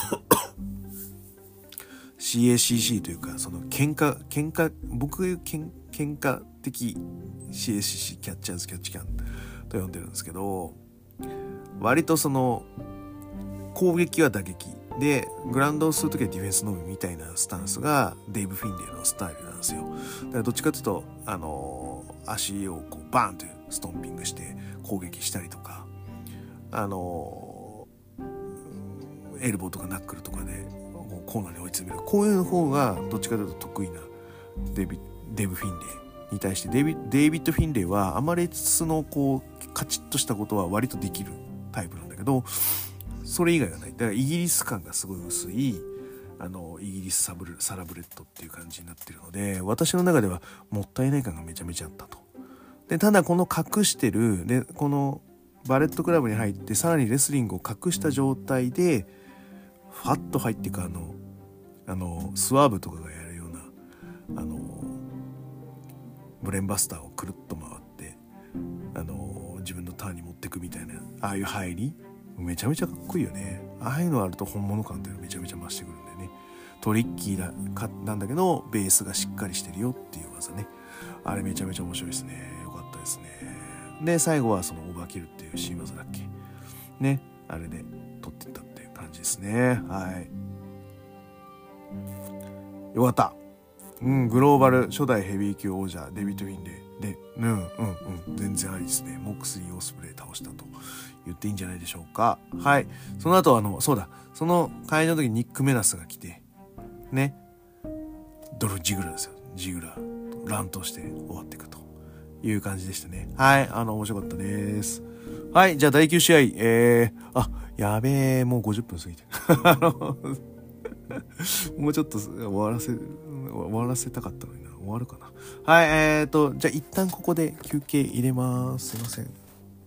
シーエーシーシー というかその喧嘩喧嘩僕が言う喧喧嘩的 シーエーシーシー キャッチャーズキャッチキャンと呼んでるんですけど、割とその攻撃は打撃でグラウンドをするときはディフェンスのみみたいなスタンスがデイブ・フィンレイのスタイルなんですよ。だからどっちかというとあのー、足をこうバーンとストンピングして攻撃したりとか、あのー、エルボーとかナックルとかでコーナーに追い詰める、こういう方がどっちかというと得意なデビデイブ・フィンレイに対してデイビ、デイビッド・フィンレイはアマレスのこうカチッとしたことは割とできるタイプなんだけど、それ以外はない。だからイギリス感がすごい薄いあのイギリスサブルサラブレッドっていう感じになってるので、私の中ではもったいない感がめちゃめちゃあったと。でただこの隠してるでこのバレットクラブに入ってさらにレスリングを隠した状態でファッと入っていくあのあのスワーブとかがやるようなあのブレンバスターをくるっと回ってあの自分のターンに持ってくみたいなああいう入りめちゃめちゃかっこいいよね。ああいうのあると本物感っていうのめちゃめちゃ増してくるんだよね。トリッキーだかなんだけどベースがしっかりしてるよっていう技ね。あれめちゃめちゃ面白いですね。よかったですね。 で最後はそのオーバーキルっていう新技だっけね、あれで取ってったっていう感じですね。はいよかった。うん、グローバル初代ヘビー級王者デビッド・フィンレイで、うんうんうん全然ありですね。モックスリー・オスプレイ倒したと言っていいんじゃないでしょうか。はい。その後あのそうだその会場の時にニック・メナスが来てね、ドル・ジグラですよ。ジグラと乱闘して終わっていくという感じでしたね。はい、あの面白かったです。はい、じゃあだいきゅう試合、えー、あやべえもうごじゅっぷん過ぎてあのもうちょっと終わらせ終わらせたかったのにな。終わるかな。はい、えーとじゃあ一旦ここで休憩入れます。すいません。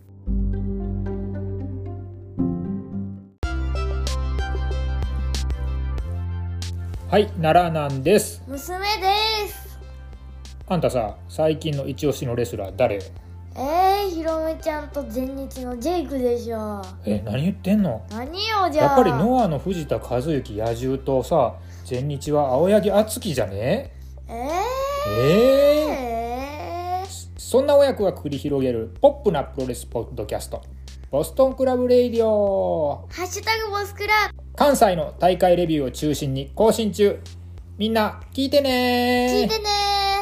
はい、奈良なんです。 娘です。 あんたさ、最近の一押しのレスラー誰？ えー、ひろめちゃんと全日のジェイクでしょ。 え、何言ってんの？ 何よじゃあ。 やっぱりノアの藤田和幸野獣とさ、全日は青柳敦樹じゃね？ えー、 えー、 えー、 そんな親子が繰り広げるポップなプロレスポッドキャスト、ボストンクラブレイディオ。 ハッシュタグボスクラ。 関西の大会レビューを中心に更新中。みんな聞いてねー。 聞いてね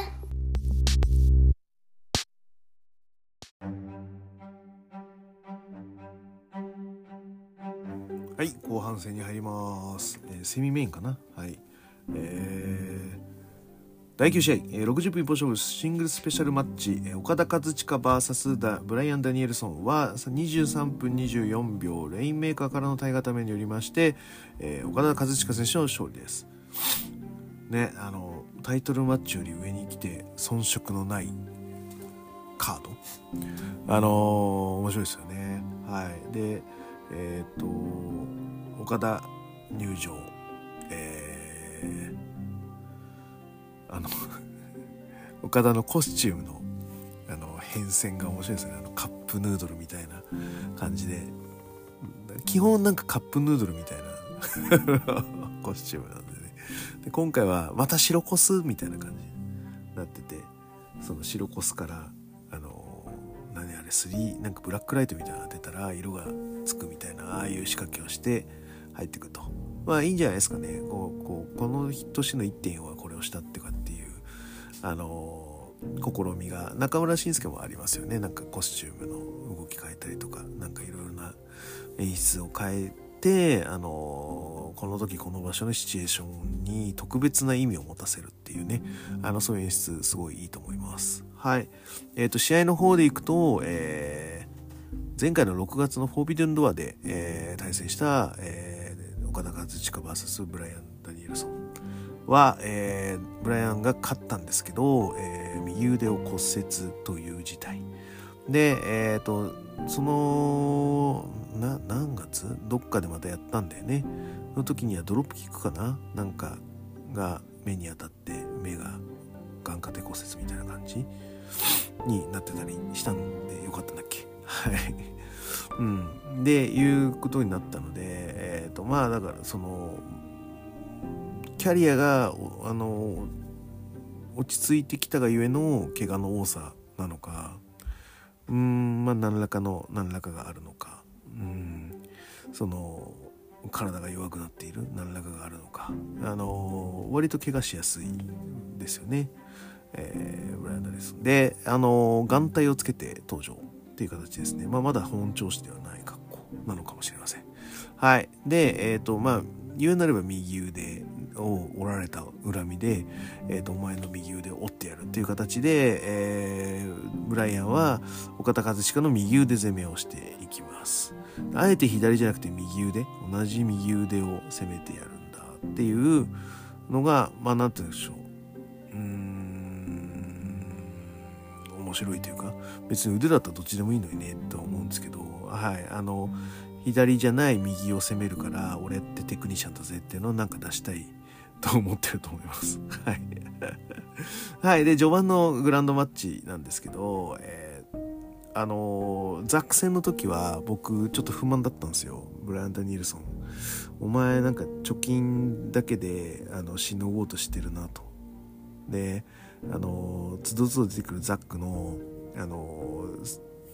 はい、後半戦に入ります。えー、セミメインかな。はい。えー、だいきゅう試合、えー、ろくじゅっぷん一本勝負シングルスペシャルマッチ、えー、岡田和親 ブイエス ダブライアン・ダニエルソンはにじゅうさんぷんにじゅうよんびょうレインメーカーからの体固めによりまして、えー、岡田和親選手の勝利です。ね、あのタイトルマッチより上に来て遜色のないカード、あのー、面白いですよね。はい。で、えっ、ー、と岡田入場、えー、あの岡田のコスチュームのあの変遷が面白いですね。あのカップヌードルみたいな感じで、基本なんかカップヌードルみたいなコスチュームなんでね。で今回はまた白コスみたいな感じになってて、その白コスからあの何あれスリーなんかブラックライトみたいなの当てたら色がつくみたいな、ああいう仕掛けをして入ってくと、まあいいんじゃないですかね。こうこうこの年のいってんよんはこれをしたってかっていうあの試みが中村慎介もありますよね。なんかコスチュームの動き変えたりとか、なんかいろいろな演出を変えて、あのこの時この場所のシチュエーションに特別な意味を持たせるっていうね、あのそういう演出すごいいいと思います。はい。えっと試合の方でいくと、えー、前回のろくがつのフォービデンドアで、えー、対戦した、えー、岡田和親 ブイエス ブライアン・ダニエルソンは、えー、ブライアンが勝ったんですけど、えー、右腕を骨折という事態で、えーとそのな何月どっかでまたやったんだよね。その時にはドロップキックかななんかが目に当たって目が眼下底骨折みたいな感じになってたりしたんでよかったんだっけ。はい、うん、でいうことになったので、えーとまあだからそのキャリアがあの落ち着いてきたがゆえの怪我の多さなのか、うーんまあ何らかの何らかがあるのか、うーんその体が弱くなっている何らかがあるのか、あの割と怪我しやすいですよね。えー、ブライアン・ダニエルソンで、あの眼帯をつけて登場っていう形ですね。まあまだ本調子ではない格好なのかもしれません。はい。で、えっとまあ言うなれば右腕を折られた恨みで、えー、とお前の右腕を折ってやるっていう形で、えー、ブライアンは岡田和親の右腕攻めをしていきます。あえて左じゃなくて右腕、同じ右腕を攻めてやるんだっていうのが、まあなんて言うんでしょう、うーん面白いというか、別に腕だったらどっちでもいいのにねと思うんですけど、はい、あの左じゃない右を攻めるから俺ってテクニシャンだぜっていうのをなんか出したいと思ってると思います。はい。はい。で、序盤のグランドマッチなんですけど、えー、あのー、ザック戦の時は僕ちょっと不満だったんですよ。ブライアン・ダニエルソン。お前なんか貯金だけであのしのごうとしてるなと。で、あのー、つどつど出てくるザックの、あのー、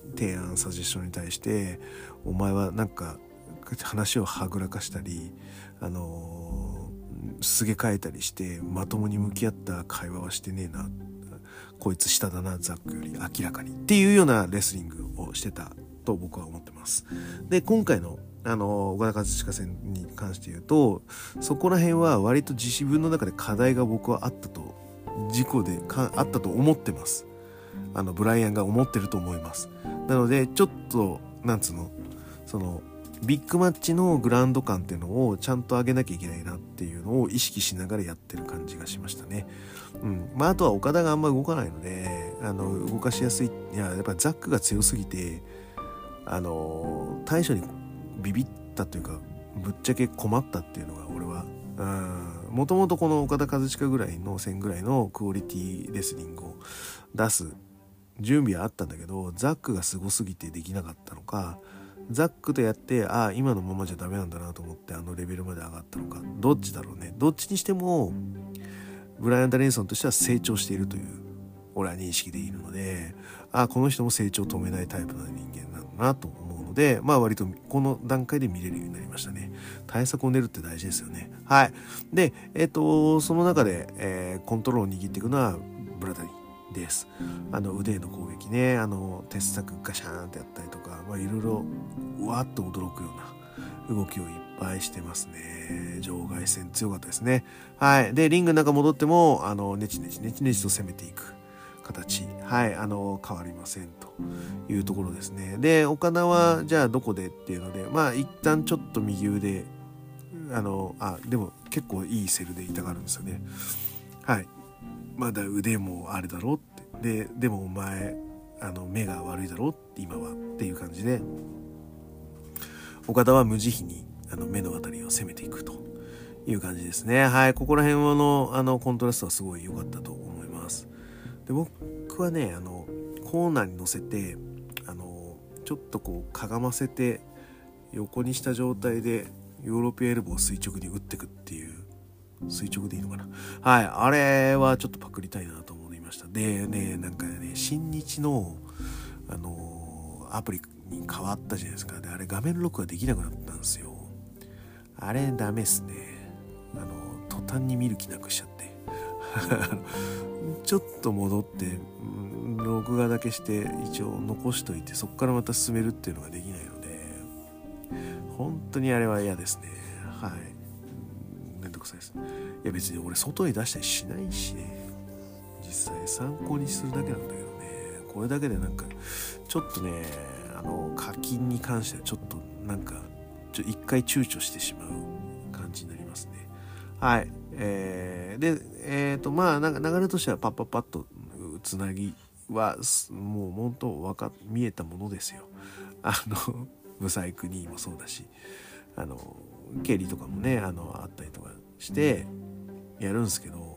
提案サジェッションに対してお前はなんか話をはぐらかしたりあのー、すげ替えたりしてまともに向き合った会話はしてねえな、こいつ下だなザックより明らかにっていうようなレスリングをしてたと僕は思ってます。で今回のあの岡田和親戦に関して言うとそこら辺は割と自分の中で課題が僕はあったと事故でかあったと思ってます。あのブライアンが思ってると思います。なのでちょっとなんつうのそのビッグマッチのグラウンド感っていうのをちゃんと上げなきゃいけないなっていうのを意識しながらやってる感じがしましたね。うんまあ、あとは岡田があんま動かないのであの動かしやすい。いややっぱザックが強すぎてあの対処にビビったというかぶっちゃけ困ったっていうのが俺はもともとこの岡田和親ぐらいの線ぐらいのクオリティレスリングを出す準備はあったんだけどザックがすごすぎてできなかったのかザックとやってああ今のままじゃダメなんだなと思ってあのレベルまで上がったのかどっちだろうね。どっちにしてもブライアン・ダレンソンとしては成長しているという俺は認識でいるのでああこの人も成長を止めないタイプの人間なんだなと思うのでまあ割とこの段階で見れるようになりましたね。対策を練るって大事ですよね。はいでえっ、ー、とその中で、えー、コントロールを握っていくのはブラダリーです。あの腕への攻撃ねあの鉄柵ガシャーンってやったりとかまあいろいろうわっと驚くような動きをいっぱいしてますね。場外戦強かったですね。はいでリングの中戻ってもあのネチネチネチネチと攻めていく形はいあの変わりませんというところですね。で岡田はじゃあどこでっていうのでまあ一旦ちょっと右腕あのあでも結構いいセルで痛がるんですよね。はいまだ腕もあれだろってででもお前あの目が悪いだろって今はっていう感じで岡田は無慈悲にあの目のあたりを攻めていくという感じですね。はいここら辺のあのコントラストはすごい良かったと思います。で僕はねあのコーナーに乗せてあのちょっとこうかがませて横にした状態でヨーロピアエルボーを垂直に打ってくっていう垂直でいいのかなはいあれはちょっとパクりたいなと思いました。でねなんかね新日のあのアプリに変わったじゃないですか。であれ画面録画できなくなったんですよ。あれダメっすね。あの途端に見る気なくしちゃってちょっと戻って録画だけして一応残しといてそこからまた進めるっていうのができないので本当にあれは嫌ですね。はいめんどくさいです。いや別に俺外に出したりしないしね実際参考にするだけなんだけどねこれだけでなんかちょっとねあの課金に関してはちょっとなんかちょ一回躊躇してしまう感じになりますね。はいえー、でえっ、ー、とまあなんか流れとしてはパッパッパッとつなぎはもう本当わか見えたものですよ。あのブサイクにもそうだしあの蹴りとかもねあのあったりとかしてやるんですけど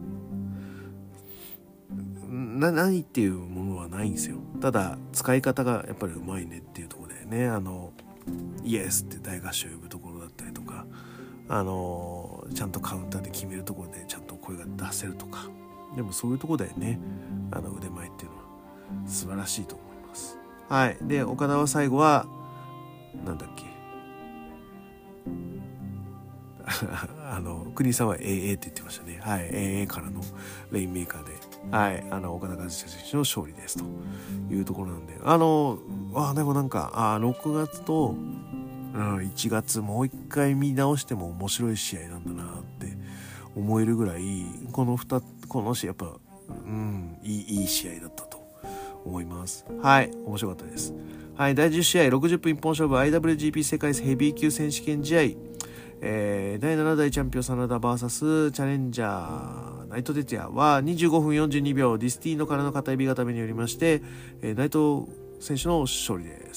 な何っていうものはないんですよ。ただ使い方がやっぱりうまいねっていうところだよね。あのイエスって大合唱呼ぶところだったりとかあのちゃんとカウンターで決めるところでちゃんと声が出せるとかでもそういうところだよねあの腕前っていうのは素晴らしいと思います。はいで岡田は最後はなんだっけあの国さんは エーエー って言ってましたね。はい エーエー からのレインメーカーではいあの岡田和親選手の勝利ですというところなんであのあでもなんかあろくがつと、うん、いちがつもう一回見直しても面白い試合なんだなって思えるぐらいこの2この試合やっぱうんいいいい試合だったと思います。はい面白かったです。はいだいじゅう試合ろくじゅっぷん一本勝負 アイダブリュージーピー 世界ヘビー級選手権試合、えー、だいななだいチャンピオン真田 ブイエス チャレンジャー内藤哲也はにじゅうごふんよんじゅうにびょうディスティーノからの片指固めによりまして、えー、内藤選手の勝利です。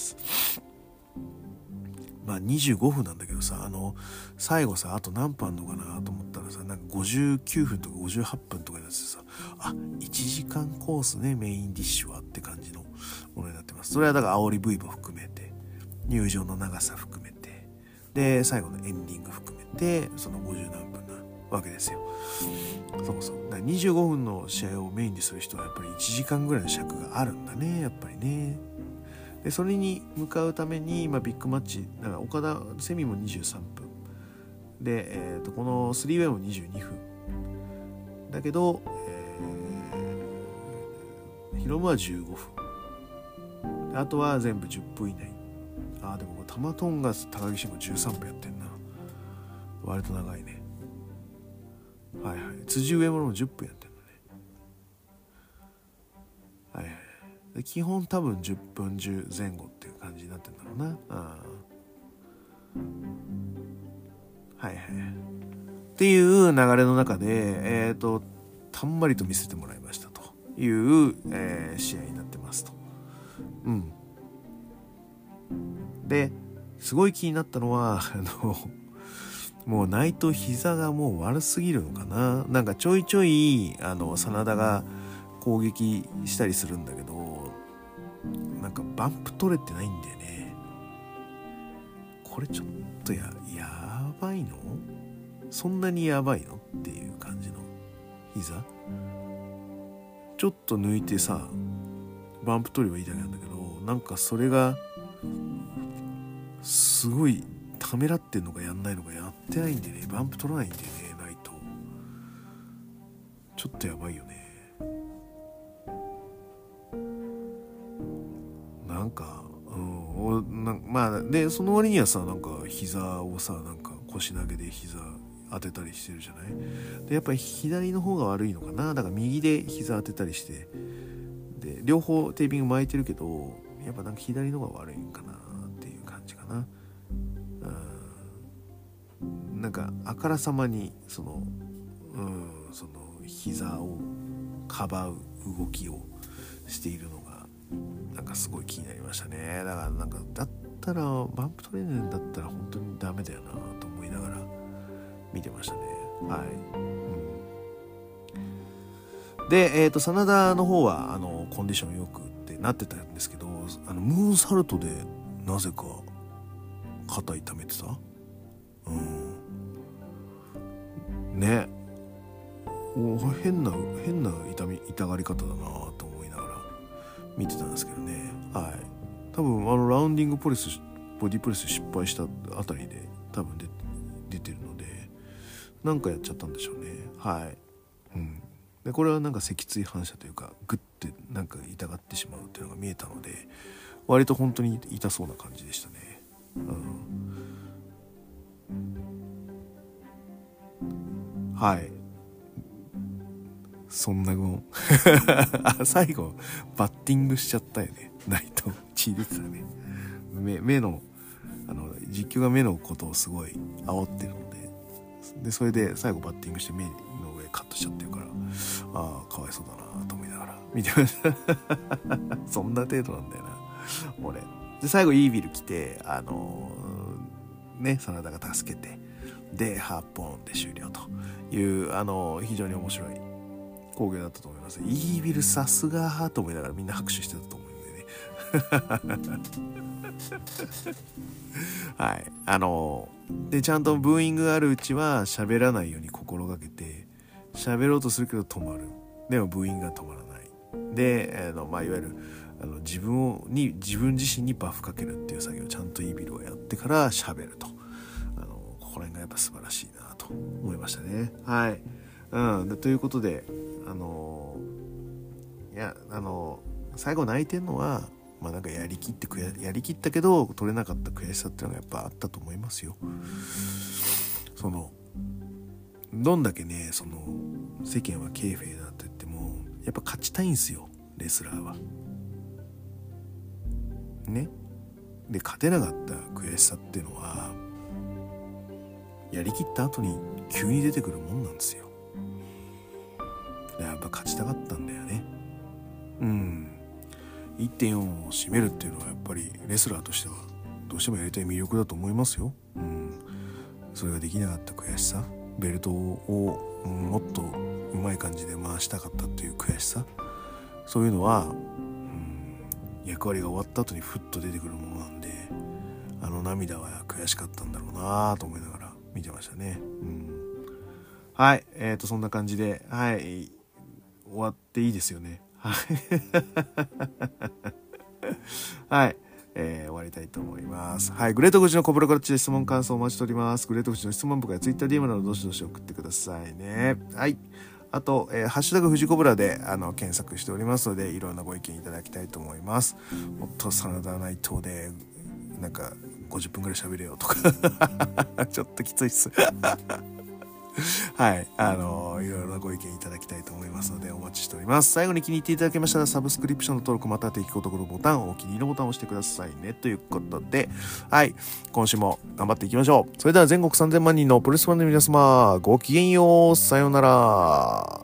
まあにじゅうごふんなんだけどさあの最後さあと何分あんのかなと思ったらさなんかごじゅうきゅうふんとかごじゅうはっぷんとかになってさあいちじかんコースねメインディッシュはって感じのものになってます。それはだから煽り V も含めて入場の長さ含めてで最後のエンディング含めてそのごじゅうなんぷんなわけですよ。そうそうだからにじゅうごふんの試合をメインにする人はやっぱりいちじかんぐらいの尺があるんだねやっぱりね。 でそれに向かうために、まあ、ビッグマッチだから岡田セミもにじゅうさんぷんで、えー、とこのスリーウェイもにじゅうにふんだけど、えー、ヒロムはじゅうごふんであとは全部じゅっぷん以内。あでもタマトンガス高木慎吾じゅうさんぷんやってんな。割と長いね。はいはい。辻上もじゅっぷんやってんのね。はいはい。で基本多分じゅっぷんじゅう前後っていう感じになってんだろうな。あはいはい。っていう流れの中で、えっと、たんまりと見せてもらいましたという、えー、試合になってますと。うん。で、すごい気になったのは、あの、もう内藤膝がもう悪すぎるのかな。なんかちょいちょい、あの、真田が攻撃したりするんだけど、なんかバンプ取れてないんだよね。これちょっとや、やばいの？そんなにやばいのっていう感じの膝？ちょっと抜いてさ、バンプ取ればいいだけなんだけど、なんかそれが、すごいためらってんのかやんないのかやってないんでね、バンプ取らないんでね、ないとちょっとやばいよね。なんか、うん、なまあでその割にはさ、なんか膝をさ、なんか腰投げで膝当てたりしてるじゃない。でやっぱり左の方が悪いのかな。だから右で膝当てたりして、で両方テーピング巻いてるけど、やっぱなんか左の方が悪いんかなっていう感じかな。うん、なんかあからさまにその、うん、その膝をかばう動きをしているのがなんかすごい気になりましたね。だからなんかだったらバンプトレーニングだったら本当にダメだよなと思いながら見てましたね。はい。うん、で、えっと真田の方はあのコンディションよくってなってたんですけど、あのムーンサルトでなぜか肩痛めてた。うん。ね。お変な変な痛み痛がり方だなと思いながら見てたんですけどね。はい。多分あのラウンディングプレスボディプレス失敗したあたりで多分出出てるので、なんかやっちゃったんでしょうね。はい。うん。でこれはなんか脊椎反射というかグッてなんか痛がってしまうっていうのが見えたので、割と本当に痛そうな感じでしたね。うん、はい。そんなもんあ最後バッティングしちゃったよね。内藤血出てたね。目目のあの実況が目のことをすごい煽ってるので、でそれで最後バッティングして目の上カットしちゃってるから、ああかわいそうだなと思いながら見てましたそんな程度なんだよな俺で。最後イービル来てあのー、ね真田が助けて、でハーポンで終了というあのー、非常に面白い工業だったと思います。イービルさすがと思いながらみんな拍手してたと思うんでねはい。あのでちゃんとブーイングがあるうちは喋らないように心がけて、喋ろうとするけど止まる。でもブーイングが止まらない。で、あのまあいわゆるあの自分をに自分自身にバフかけるっていう作業をちゃんとイービルをやってから喋ると、あのここら辺がやっぱ素晴らしいなと思いましたね。はい。うん。でということで、あのいやあの最後泣いてんのは。まあなんかやりきって悔ややりきったけど取れなかった悔しさっていうのがやっぱあったと思いますよ。そのどんだけねその世間はケーフェイだって言ってもやっぱ勝ちたいんすよレスラーは。ね。で勝てなかった悔しさっていうのはやりきった後に急に出てくるもんなんですよ。やっぱ勝ちたかったんだよね。うん。いってんよん を占めるっていうのはやっぱりレスラーとしてはどうしてもやりたい魅力だと思いますよ。うん、それができなかった悔しさ、ベルトを、うん、もっとうまい感じで回したかったっていう悔しさ、そういうのは、うん、役割が終わった後にふっと出てくるものなんで、あの涙は悔しかったんだろうなと思いながら見てましたね。うん、はい、えーとそんな感じで、はい、終わっていいですよね。はい。 えー、終わりたいと思います。はい。グレート富士のコブラクラッチで質問感想お待ちしております。グレート富士の質問箱やツイッター ディーエム などどしどし送ってくださいね。はい。あと、えー、ハッシュタグ富士コブラであの検索しておりますので、いろんなご意見いただきたいと思います。もっと真田内藤でなんかごじゅっぷんぐらい喋れよとかちょっときついっすはい、あのー、いろいろなご意見いただきたいと思いますのでお待ちしております。最後に気に入っていただけましたらサブスクリプションの登録または定期購読のボタン、お気に入りのボタンを押してくださいねということで、はい、今週も頑張っていきましょう。それでは全国さんぜんまん人のプロレスファンの皆様、ごきげんよう、さようなら。